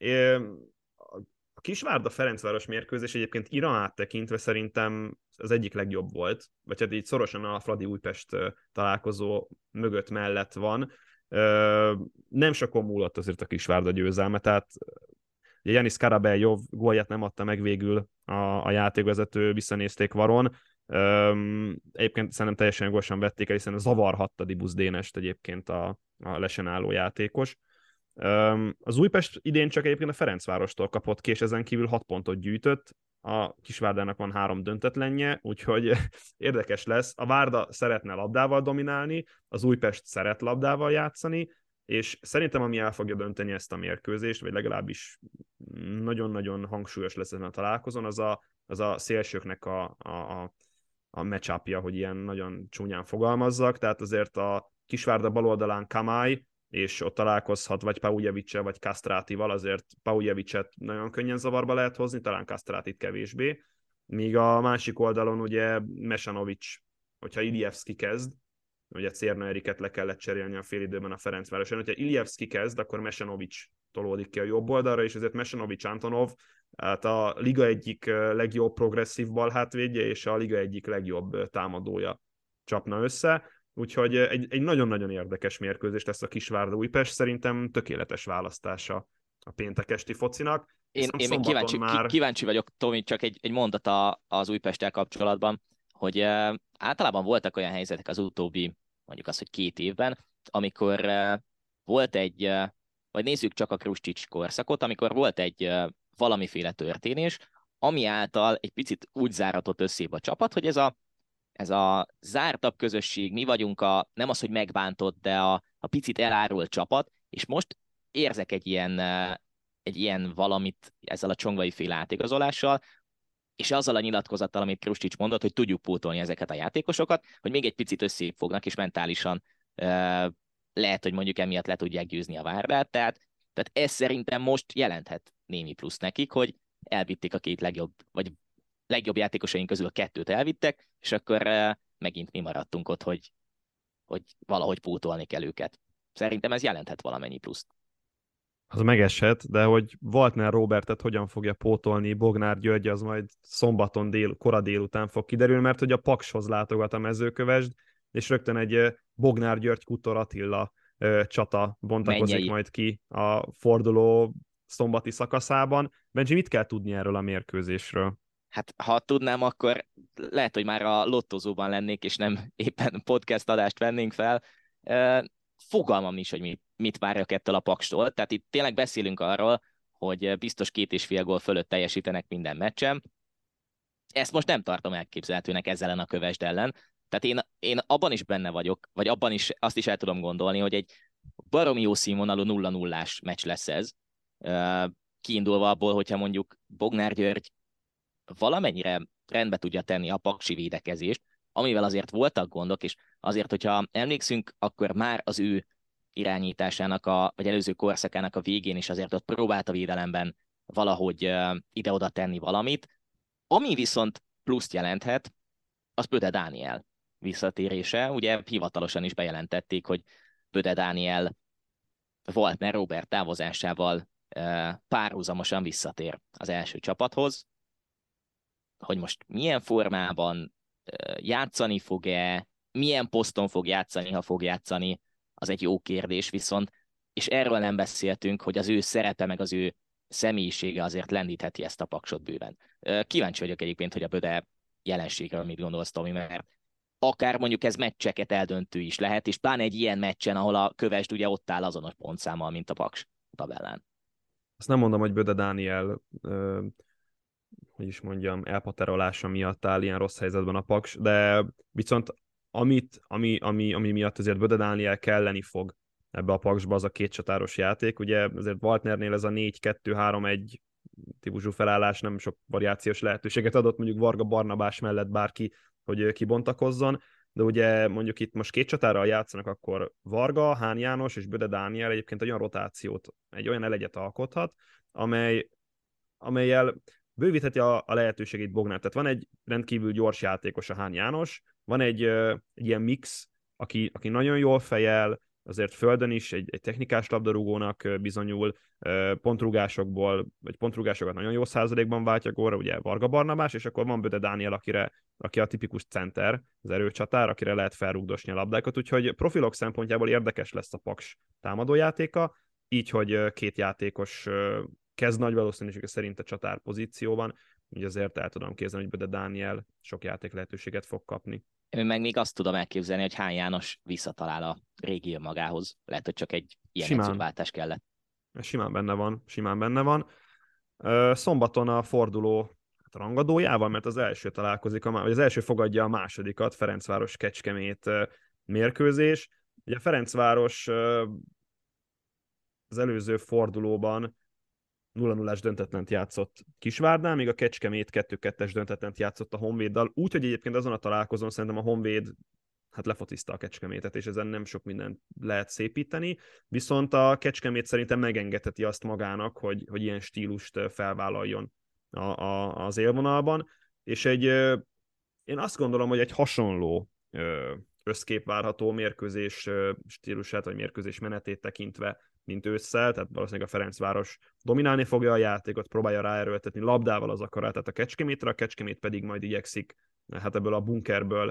[SPEAKER 2] A Kisvárda-Ferencváros mérkőzés egyébként Iránát tekintve szerintem az egyik legjobb volt, vagy hát így szorosan a Fradi-Újpest találkozó mögött mellett van. Nem sokon múlott azért a Kisvárda győzelme, tehát Janis Karabeljov gólját nem adta meg végül a, a játékvezető, visszanézték varon. Üm, egyébként szerintem teljesen jogosan vették el, hiszen zavarhatta Dibusz Dénest egyébként a, a lesen álló játékos. Üm, az Újpest idén csak egyébként a Ferencvárostól kapott ki, és ezen kívül hat pontot gyűjtött. a Kisvárdának van három döntetlenje, úgyhogy érdekes lesz. A Várda szeretne labdával dominálni, az Újpest szeret labdával játszani, és szerintem ami el fogja dönteni ezt a mérkőzést, vagy legalábbis nagyon-nagyon hangsúlyos lesz ezen a találkozón, az a, az a szélsőknek a, a, a, a match-upja, hogy ilyen nagyon csúnyán fogalmazzak, tehát azért a Kisvárda bal oldalán Kamály, és ott találkozhat vagy Paujevic-sel, vagy Kastrátival, azért Paujevicet nagyon könnyen zavarba lehet hozni, talán Kastrátit kevésbé, míg a másik oldalon ugye Mesanovic, hogyha Ilijevszki kezd, ugye Cérna Eriket le kellett cserélni a félidőben a Ferencvároson, hogyha Ilijevszki kezd, akkor Mesanovic tolódik ki a jobb oldalra, és ezért Mesanovic Antonov, hát a liga egyik legjobb progresszív balhátvédje, és a liga egyik legjobb támadója csapna össze. Úgyhogy egy, egy nagyon-nagyon érdekes mérkőzés lesz a Kisvárda Újpest, szerintem tökéletes választása a péntek esti focinak.
[SPEAKER 3] Én, én még kíváncsi, már... kíváncsi vagyok, Tomi, csak egy, egy mondat az Újpesttel kapcsolatban, hogy uh, általában voltak olyan helyzetek az utóbbi, mondjuk az, hogy két évben, amikor uh, volt egy, uh, vagy nézzük csak a Krusčić korszakot, amikor volt egy uh, valamiféle történés, ami által egy picit úgy záratott összébb a csapat, hogy ez a ez a zártabb közösség, mi vagyunk a, nem az, hogy megbántott, de a, a picit elárult csapat, és most érzek egy ilyen, egy ilyen valamit ezzel a Csongvai féle átigazolással, és azzal a nyilatkozattal, amit Krusčić mondott, hogy tudjuk pótolni ezeket a játékosokat, hogy még egy picit összébb fognak, és mentálisan uh, lehet, hogy mondjuk emiatt le tudják győzni a Várdát, tehát, tehát ez szerintem most jelenthet némi plusz nekik, hogy elvitték a két legjobb, vagy legjobb játékosaink közül a kettőt elvittek, és akkor uh, megint mi maradtunk ott, hogy, hogy valahogy pótolni kell őket. Szerintem ez jelenthet valamennyi pluszt.
[SPEAKER 2] Az megeshet, de hogy Waltner Robertet hogyan fogja pótolni Bognár György, az majd szombaton dél, kora délután fog kiderülni, mert hogy a Pakshoz látogat a Mezőkövesd, és rögtön egy Bognár György Kutor Attila uh, csata bontakozik Mennyei. majd ki a forduló szombati szakaszában. Benji, mit kell tudni erről a mérkőzésről?
[SPEAKER 3] Hát ha tudnám, akkor lehet, hogy már a lottozóban lennék, és nem éppen podcast adást vennénk fel. Fogalmam is, hogy mit, mit várjak ettől a Pakstól. Tehát itt tényleg beszélünk arról, hogy biztos két és fél gól fölött teljesítenek minden meccsen. Ezt most nem tartom elképzelhetőnek ezzel ellen a Kövesd ellen. Tehát én, én abban is benne vagyok, vagy abban is azt is el tudom gondolni, hogy egy baromi jó színvonalú nulla nullás meccs lesz ez. Kiindulva abból, hogyha mondjuk Bognár György valamennyire rendbe tudja tenni a paksi védekezést, amivel azért voltak gondok, és azért, hogyha emlékszünk, akkor már az ő irányításának, a, vagy előző korszakának a végén is azért ott próbált a védelemben valahogy uh, ide-oda tenni valamit. Ami viszont pluszt jelenthet, az Böde Dániel visszatérése. Ugye hivatalosan is bejelentették, hogy Böde Dániel Waltner Robert távozásával uh, párhuzamosan visszatér az első csapathoz. Hogy most milyen formában játszani fog-e, milyen poszton fog játszani, ha fog játszani, az egy jó kérdés viszont, és erről nem beszéltünk, hogy az ő szerepe, meg az ő személyisége azért lendítheti ezt a Paksot bőven. Kíváncsi vagyok egyébként, hogy a Böde jelenségről mit gondolsz, Tomi, mert akár mondjuk ez meccseket eldöntő is lehet, és pláne egy ilyen meccsen, ahol a Kövesd ugye ott áll azonos pontszámmal, mint a Paks tabellán.
[SPEAKER 2] Azt nem mondom, hogy Böde Dániel ö... hogy is mondjam, elpaterolása miatt áll ilyen rossz helyzetben a Paks, de viszont amit, ami, ami, ami miatt azért Böde Dániel kelleni fog ebbe a Paksba, az a két csatáros játék. Ugye azért Waltnernél ez a négy kettő három egy típusú felállás nem sok variációs lehetőséget adott mondjuk Varga Barnabás mellett bárki, hogy kibontakozzon, de ugye mondjuk itt most két csatárral játszanak, akkor Varga, Hán János és Böde Dániel egyébként egy olyan rotációt, egy olyan elegyet alkothat, amely, amelyel bővítheti a, a lehetőségét Bognár. Tehát van egy rendkívül gyors játékos, a Hán János, van egy, egy ilyen mix, aki, aki nagyon jól fejel, azért földön is egy, egy technikás labdarúgónak bizonyul, pontrugásokból, vagy pontrugásokat nagyon jó százalékban váltja gólra, ugye Varga Barnabás, és akkor van Böde Dániel, akire, aki a tipikus center, az erőcsatár, akire lehet felrugdosni a labdákat, úgyhogy profilok szempontjából érdekes lesz a Paks támadójátéka, így, hogy két játékos kezd nagy valószínűség szerint a csatár pozícióban, így azért el tudom képzelni, hogy Böde Dániel sok játék lehetőséget fog kapni. Én
[SPEAKER 3] meg még azt tudom elképzelni, hogy Hán János visszatalál a régi magához. Lehet, hogy csak egy ilyen edzőváltás kellett.
[SPEAKER 2] Simán benne van, simán benne van. Szombaton a forduló rangadójával, mert az első találkozik, a, vagy az első fogadja a másodikat, Ferencváros-Kecskemét mérkőzés. Ugye Ferencváros az előző fordulóban nulla nullás döntetlent játszott Kisvárdán, míg a Kecskemét kettő kettes döntetlent játszott a Honvéddal. Úgyhogy egyébként azon a találkozón szerintem a Honvéd hát lefociszta a Kecskemétet, és ezen nem sok mindent lehet szépíteni, viszont a Kecskemét szerintem megengedheti azt magának, hogy, hogy ilyen stílust felvállaljon a, a, az élvonalban, és egy, én azt gondolom, hogy egy hasonló összkép várható mérkőzés stílusát, vagy mérkőzés menetét tekintve, mint ősszel, tehát valószínűleg a Ferencváros dominálni fogja a játékot, próbálja ráerőltetni labdával az akaratát a Kecskemétre, a Kecskemét pedig majd igyekszik hát ebből a bunkerből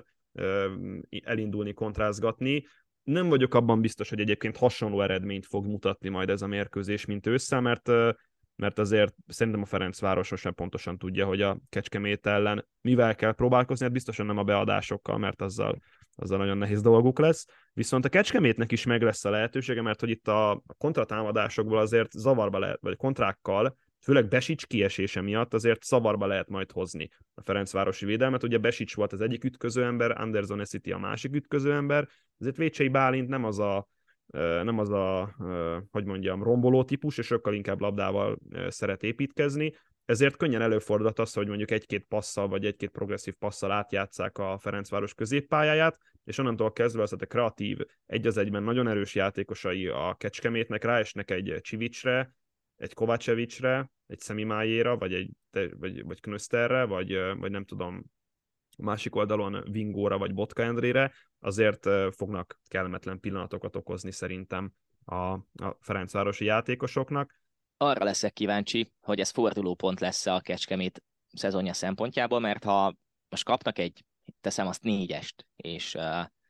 [SPEAKER 2] elindulni, kontrázgatni. Nem vagyok abban biztos, hogy egyébként hasonló eredményt fog mutatni majd ez a mérkőzés, mint ősszel, mert, mert azért szerintem a Ferencváros sem pontosan tudja, hogy a Kecskemét ellen mivel kell próbálkozni, hát biztosan nem a beadásokkal, mert azzal, azzal nagyon nehéz dolguk lesz. Viszont a Kecskemétnek is meg lesz a lehetősége, mert hogy itt a kontratámadásokból azért zavarba lehet, vagy kontrákkal, főleg Besics kiesése miatt azért szavarba lehet majd hozni a ferencvárosi védelmet. Ugye Besics volt az egyik ütközőember, Anderson Esziti a másik ütközőember, ezért Vécsei Bálint nem az a, nem az a, hogy mondjam, romboló típus, és sokkal inkább labdával szeret építkezni, ezért könnyen előfordulhat az, hogy mondjuk egy-két passzal, vagy egy-két progresszív passzal átjátsszák a Ferencváros középpályáját, és onnantól kezdve az a kreatív, egy az egyben nagyon erős játékosai a Kecskemétnek ráesnek egy Csivicsre, egy Kovácsevicsre, egy Szemimájéra, vagy egy vagy, vagy Knöszterre, vagy, vagy nem tudom, a másik oldalon Vingóra, vagy Botka Endrére, azért fognak kellemetlen pillanatokat okozni szerintem a, a ferencvárosi játékosoknak.
[SPEAKER 3] Arra leszek kíváncsi, hogy ez fordulópont lesz a Kecskemét szezonja szempontjából, mert ha most kapnak egy, teszem azt négyest, és,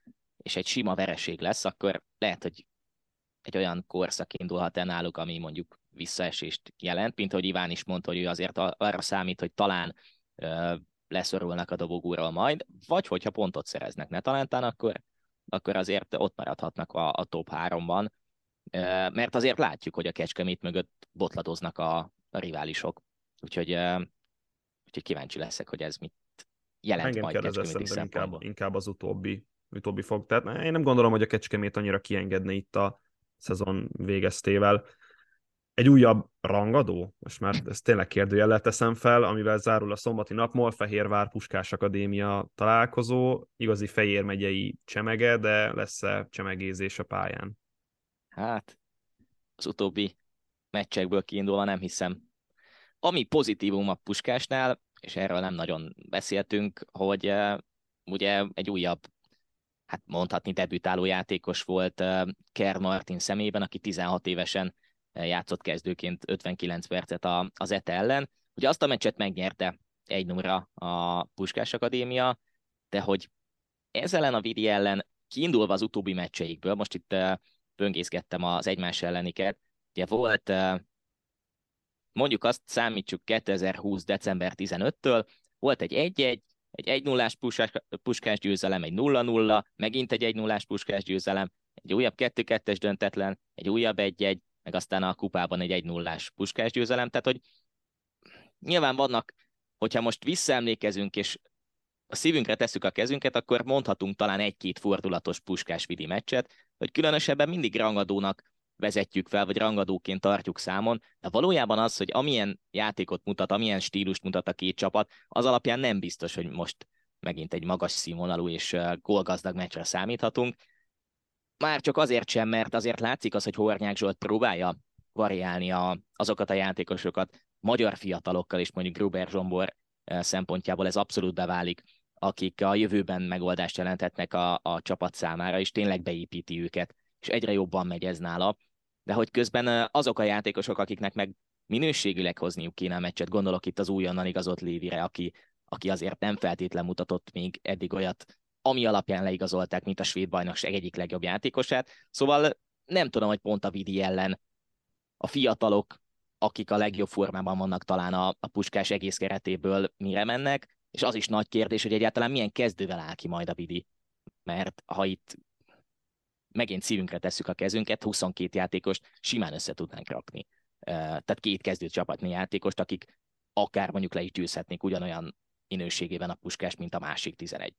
[SPEAKER 3] és egy sima vereség lesz, akkor lehet, hogy egy olyan korszak indulhat el náluk, ami mondjuk visszaesést jelent, mint ahogy Iván is mondta, hogy ő azért arra számít, hogy talán ö, leszorulnak a dobogóról majd, vagy hogyha pontot szereznek netalántán, akkor, akkor azért ott maradhatnak a, a top háromban, ö, mert azért látjuk, hogy a Kecskemét mögött botladoznak a, a riválisok. Úgyhogy, ö, úgyhogy kíváncsi leszek, hogy ez mit jelent
[SPEAKER 2] Engem
[SPEAKER 3] majd Kecskeméti szempontból.
[SPEAKER 2] Inkább, inkább az utóbbi, utóbbi fog. Tehát én nem gondolom, hogy a Kecskemét annyira kiengedne itt a szezon végeztével. Egy újabb rangadó, most már ezt tényleg kérdőjellel teszem fel, amivel zárul a szombati nap, Molfehérvár Puskás Akadémia találkozó, igazi Fejér megyei csemege, de lesz-e csemegézés a pályán?
[SPEAKER 3] Hát, az utóbbi meccsekből kiindulva nem hiszem. Ami pozitívum a Puskásnál, és erről nem nagyon beszéltünk, hogy uh, ugye egy újabb, hát mondhatni debütáló játékos volt uh, Kern Martin szemében, aki tizenhat évesen játszott kezdőként ötvenkilenc percet a, az E T E ellen. Ugye azt a meccset megnyerte egy nulla a Puskás Akadémia, de hogy ez ellen a Vidi ellen kiindulva az utóbbi meccseikből, most itt uh, böngészgettem az egymás elleniket, ugye volt, uh, mondjuk azt számítsuk kétezer-húsz. december tizenötödikétől, volt egy egy-egy, egy egy nullás puskás, puskás győzelem, egy nulla nulla, megint egy egy nullás puskás győzelem, egy újabb kettő kettes döntetlen, egy újabb egy-egy, meg aztán a kupában egy egy nullás puskás győzelem, tehát hogy nyilván vannak, hogyha most visszaemlékezünk, és a szívünkre tesszük a kezünket, akkor mondhatunk talán egy-két fordulatos Puskás-Vidi meccset, hogy különösebben mindig rangadónak vezetjük fel, vagy rangadóként tartjuk számon, de valójában az, hogy amilyen játékot mutat, amilyen stílust mutat a két csapat, az alapján nem biztos, hogy most megint egy magas színvonalú és gólgazdag meccsre számíthatunk. Már csak azért sem, mert azért látszik az, hogy Hornyák Zsolt próbálja variálni a, azokat a játékosokat magyar fiatalokkal, és mondjuk Gruber Zsombor szempontjából ez abszolút beválik, akik a jövőben megoldást jelenthetnek a, a csapat számára, és tényleg beépíti őket, és egyre jobban megy ez nála. De hogy közben azok a játékosok, akiknek meg minőségileg hozniuk kéne a meccset, gondolok itt az újonnan igazolt Lévire, aki, aki azért nem feltétlen mutatott még eddig olyat, ami alapján leigazolták, mint a svéd bajnokság egyik legjobb játékosát. Szóval nem tudom, hogy pont a Vidi ellen a fiatalok, akik a legjobb formában vannak talán a, a Puskás egész keretéből mire mennek, és az is nagy kérdés, hogy egyáltalán milyen kezdővel áll ki majd a Vidi. Mert ha itt megint szívünkre tesszük a kezünket, huszonkét játékost simán össze tudnánk rakni. Tehát két kezdő csapatnyi játékost, akik akár mondjuk le is győzhetnék ugyanolyan minőségében a Puskás, mint a másik tizenegy.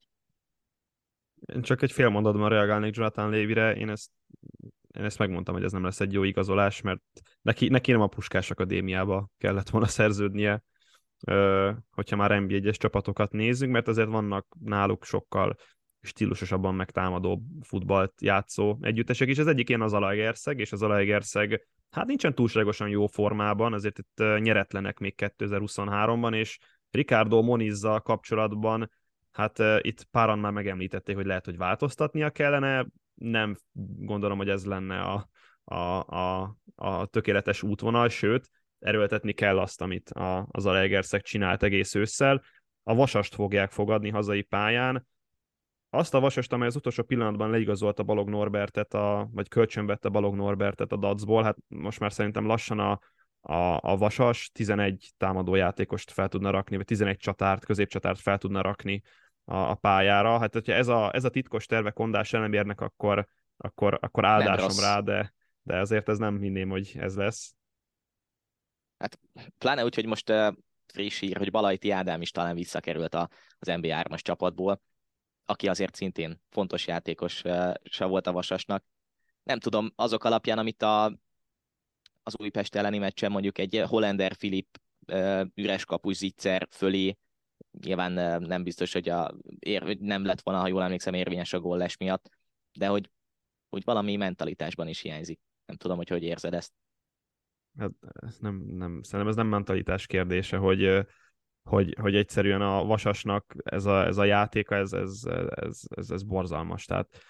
[SPEAKER 2] Én csak egy fél mondatban reagálnék Jonathan Lévire, én ezt, én ezt megmondtam, hogy ez nem lesz egy jó igazolás, mert neki, neki nem a Puskás Akadémiába kellett volna szerződnie, hogyha már en bé egyes csapatokat nézzük, mert azért vannak náluk sokkal stílusosabban megtámadó futballt játszó együttesek, és az egyik ilyen az Zalaegerszeg, és az Zalaegerszeg hát nincsen túlságosan jó formában, azért itt nyeretlenek még kétezer-huszonháromban, és Ricardo Monizzal kapcsolatban hát uh, itt páran már megemlítették, hogy lehet, hogy változtatnia kellene, nem gondolom, hogy ez lenne a, a, a, a tökéletes útvonal, sőt, erőltetni kell azt, amit a, az Zalaegerszeg csinált egész ősszel. A Vasast fogják fogadni hazai pályán, azt a Vasast, amely az utolsó pillanatban leigazolta Balog Norbertet, a, vagy kölcsönvette Balog Norbertet a Dacból, hát most már szerintem lassan a, a, a Vasas tizenegy támadójátékost fel tudna rakni, vagy tizenegy csatárt, középcsatárt fel tudna rakni a, a pályára. Hát, hogyha ez a, ez a titkos terve Kondás Elemérnek, akkor, akkor, akkor áldásom rá, de, de azért ez nem hinném, hogy ez lesz.
[SPEAKER 3] Hát pláne úgy, hogy most uh, friss hír, hogy Balajti Ádám is talán visszakerült a, az en bé hármas csapatból, aki azért szintén fontos játékos uh, se volt a Vasasnak. Nem tudom, azok alapján, amit a, az Újpest elleni meccsen mondjuk egy Hollander Filip uh, üres kapus Zicser fölé, nyilván uh, nem biztos, hogy a, ér, nem lett volna, ha jól emlékszem, érvényes a góllás miatt, de hogy, hogy valami mentalitásban is hiányzik. Nem tudom, hogy hogy érzed ezt.
[SPEAKER 2] Hát nem, nem, szerintem ez nem mentalitás kérdése, hogy, hogy, hogy egyszerűen a Vasasnak ez a, ez a játéka, ez, ez, ez, ez, ez borzalmas. Tehát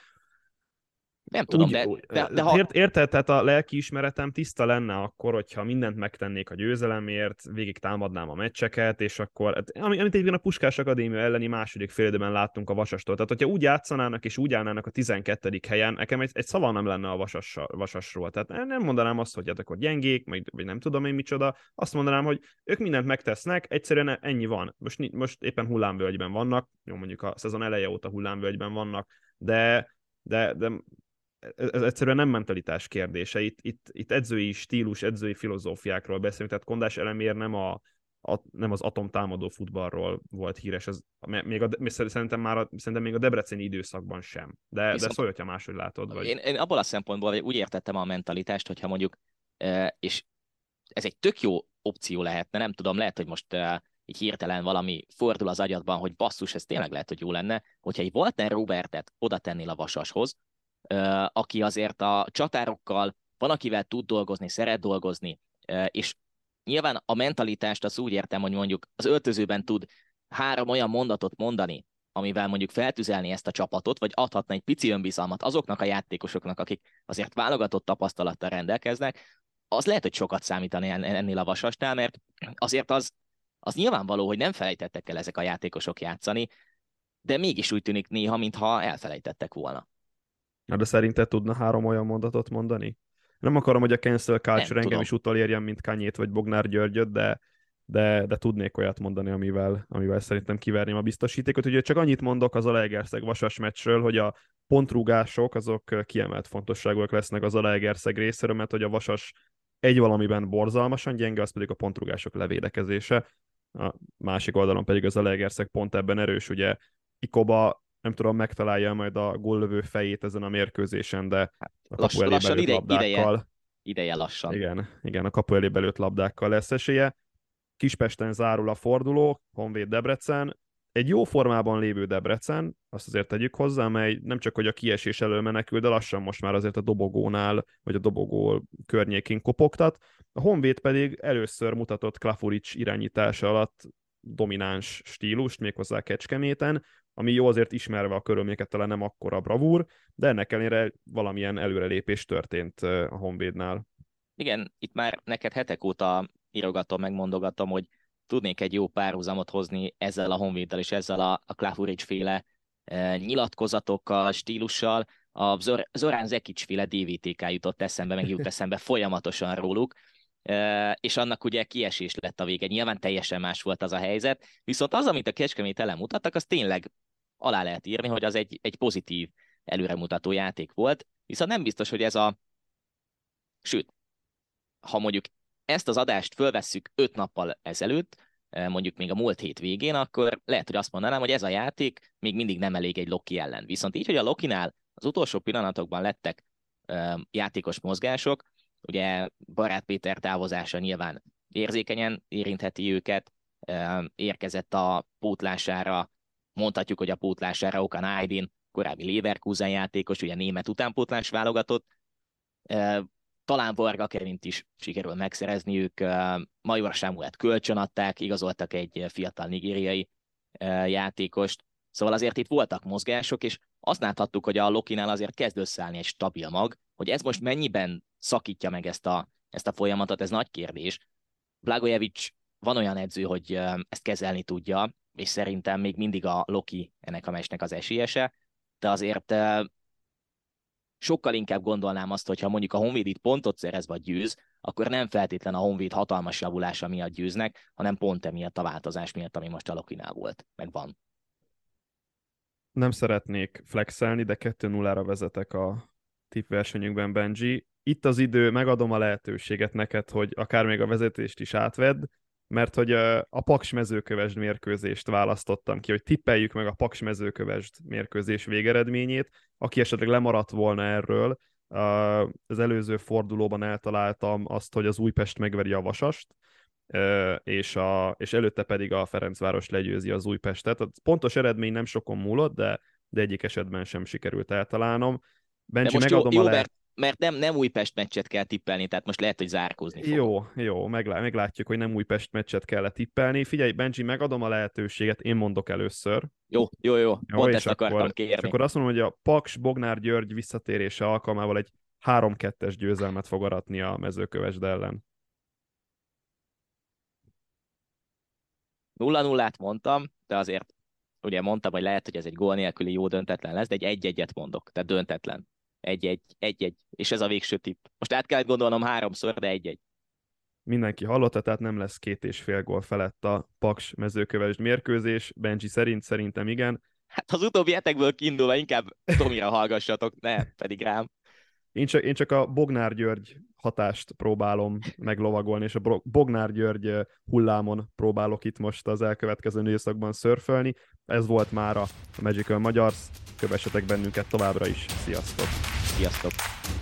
[SPEAKER 3] nem tudom,
[SPEAKER 2] úgy,
[SPEAKER 3] de, de, de ha...
[SPEAKER 2] Ért, érted, tehát a lelkiismeretem tiszta lenne akkor, hogyha mindent megtennék a győzelemért, végig támadnám a meccseket, és akkor, amit egyébként a Puskás Akadémia elleni második félidőben láttunk a Vasastól. Tehát, hogyha úgy játszanának és úgy állnának a tizenkettedik helyen, nekem egy, egy szava nem lenne a Vasas, Vasasról. Tehát nem mondanám azt, hogy hát akkor gyengék, vagy, vagy nem tudom én micsoda, azt mondanám, hogy ők mindent megtesznek, egyszerűen ennyi van. Most, most éppen hullámvölgyben vannak, jó, mondjuk a szezon eleje óta hullámvölgyben vannak, de, de, de ez egyszerűen nem mentalitás kérdése. Itt, itt, itt edzői stílus, edzői filozófiákról beszélünk, tehát Kondás Elemér nem, a, a, nem az atomtámadó futballról volt híres, ez, még a, szerintem már a, szerintem még a debreceni időszakban sem. De, de szólj, hogyha máshogy látod. Vagy...
[SPEAKER 3] Én, én abból a szempontból úgy értettem a mentalitást, hogyha mondjuk, és ez egy tök jó opció lehetne, nem tudom, lehet, hogy most így hirtelen valami fordul az agyadban, hogy basszus, ez tényleg lehet, hogy jó lenne, hogyha egy Walter Robertet oda tennél a Vasashoz, aki azért a csatárokkal van, akivel tud dolgozni, szeret dolgozni, és nyilván a mentalitást azt úgy értem, hogy mondjuk az öltözőben tud három olyan mondatot mondani, amivel mondjuk feltüzelni ezt a csapatot, vagy adhatna egy pici önbizalmat azoknak a játékosoknak, akik azért válogatott tapasztalattal rendelkeznek, az lehet, hogy sokat számítani ennél a Vasasnál, mert azért az, az nyilvánvaló, hogy nem felejtettek el ezek a játékosok játszani, de mégis úgy tűnik néha, mintha elfelejtettek volna.
[SPEAKER 2] Na, de szerinted tudna három olyan mondatot mondani? Nem akarom, hogy a cancel culture engem tudom. is utolérjen, mint Kanyét vagy Bognár Györgyöt, de, de, de tudnék olyat mondani, amivel, amivel szerintem kiverném a biztosítékot. Ugye csak annyit mondok az Zalaegerszeg Vasas meccsről, hogy a pontrúgások azok kiemelt fontosságúak lesznek az Zalaegerszeg részéről, mert hogy a Vasas egy valamiben borzalmasan gyenge, az pedig a pontrúgások levédekezése. A másik oldalon pedig az Zalaegerszeg pont ebben erős, ugye Ikoba nem tudom, megtalálja majd a góllövő fejét ezen a mérkőzésen, de a kapu
[SPEAKER 3] Lass,
[SPEAKER 2] elé belőtt
[SPEAKER 3] ide,
[SPEAKER 2] labdákkal.
[SPEAKER 3] Ideje, ideje lassan.
[SPEAKER 2] Igen, igen, a kapu elé belőtt labdákkal lesz esélye. Kispesten zárul a forduló, Honvéd Debrecen. Egy jó formában lévő Debrecen, azt azért tegyük hozzá, amely nem csak hogy a kiesés elől menekül, de lassan most már azért a dobogónál, vagy a dobogó környékén kopogtat. A Honvéd pedig először mutatott Klafuric irányítása alatt domináns stílust, méghozzá Kecskeméten, ami jó, azért ismerve a körülményeket talán nem akkora bravúr, de ennek ellenére valamilyen előrelépés történt a Honvédnál.
[SPEAKER 3] Igen, itt már neked hetek óta írogatom, megmondogatom, hogy tudnék egy jó párhuzamot hozni ezzel a Honvéddal és ezzel a, a Klafuric féle e, nyilatkozatokkal, stílussal. A Zor- Zorán Zekic féle dé vé té ká jutott eszembe, meg jut eszembe folyamatosan róluk, e, és annak ugye kiesés lett a vége. Nyilván teljesen más volt az a helyzet, viszont az, amit a Kecskemét ellen mutattak, az tényleg alá lehet írni, hogy az egy, egy pozitív előremutató játék volt, viszont nem biztos, hogy ez a... Sőt, ha mondjuk ezt az adást fölvesszük öt nappal ezelőtt, mondjuk még a múlt hét végén, akkor lehet, hogy azt mondanám, hogy ez a játék még mindig nem elég egy Loki ellen. Viszont így, hogy a Lokinál az utolsó pillanatokban lettek játékos mozgások, ugye Barát Péter távozása nyilván érzékenyen érintheti őket, érkezett a pótlására, mondhatjuk, hogy a pótlására Okan Aydin, korábbi Leverkusen játékos, ugye német utánpótlás válogatott, talán Varga Kerint is sikerül megszerezniük, Major Sámuelt kölcsönadták, igazoltak egy fiatal nigériai játékost, szóval azért itt voltak mozgások, és azt láthattuk, hogy a Lokinál azért kezd összeállni egy stabil mag, hogy ez most mennyiben szakítja meg ezt a, ezt a folyamatot, ez nagy kérdés. Blagojevic van olyan edző, hogy ezt kezelni tudja, és szerintem még mindig a Loki ennek a meccsnek az esélyese, de azért sokkal inkább gondolnám azt, hogyha mondjuk a Honvéd itt pontot szerez vagy győz, akkor nem feltétlen a Honvéd hatalmas javulása miatt győznek, hanem pont emiatt a változás miatt, ami most a Lokinál volt, meg van.
[SPEAKER 2] Nem szeretnék flexelni, de kettő nullára vezetek a tippversenyünkben, Benji. Itt az idő, megadom a lehetőséget neked, hogy akár még a vezetést is átvedd, mert hogy a Paks Mezőkövesd mérkőzést választottam ki, hogy tippeljük meg a Paks Mezőkövesd mérkőzés végeredményét. Aki esetleg lemaradt volna erről, az előző fordulóban eltaláltam azt, hogy az Újpest megveri a Vasast, és, a, és előtte pedig a Ferencváros legyőzi az Újpestet. A pontos eredmény nem sokon múlott, de, de egyik esetben sem sikerült eltalálnom. Benji,
[SPEAKER 3] de most
[SPEAKER 2] megadom
[SPEAKER 3] jó,
[SPEAKER 2] a
[SPEAKER 3] jó
[SPEAKER 2] le...
[SPEAKER 3] mert, mert nem, nem Újpest meccset kell tippelni, tehát most lehet, hogy zárkózni fogok.
[SPEAKER 2] Jó, jó, meglá- meglátjuk, hogy nem Újpest meccset kell tippelni. Figyelj, Benji, megadom a lehetőséget, én mondok először.
[SPEAKER 3] Jó, jó, jó,
[SPEAKER 2] jó
[SPEAKER 3] pont ezt
[SPEAKER 2] akkor,
[SPEAKER 3] akartam kérni.
[SPEAKER 2] És akkor azt mondom, hogy a Paks Bognár György visszatérése alkalmával egy három kettes győzelmet fog aratni a Mezőkövesd ellen.
[SPEAKER 3] nulla nullát mondtam, de azért ugye mondtam, hogy lehet, hogy ez egy gól nélküli jó döntetlen lesz, de egy egy-egyet mondok, tehát döntetlen. Egy-egy, egy-egy, és ez a végső tipp. Most át kellett gondolnom háromszor, de egy-egy.
[SPEAKER 2] Mindenki hallotta, tehát nem lesz két és fél gól felett a Paks Mezőkövesd mérkőzés. Benji szerint, szerintem igen.
[SPEAKER 3] Hát az utóbbi hetekből kiindulva inkább Tomira hallgassatok, ne pedig rám.
[SPEAKER 2] Én csak, én csak a Bognár György hatást próbálom meglovagolni, és a Bognár György hullámon próbálok itt most az elkövetkező időszakban szörfölni. Ez volt mára a Magical Magyars. Kövessetek bennünket továbbra is. Sziasztok!
[SPEAKER 3] Sziasztok!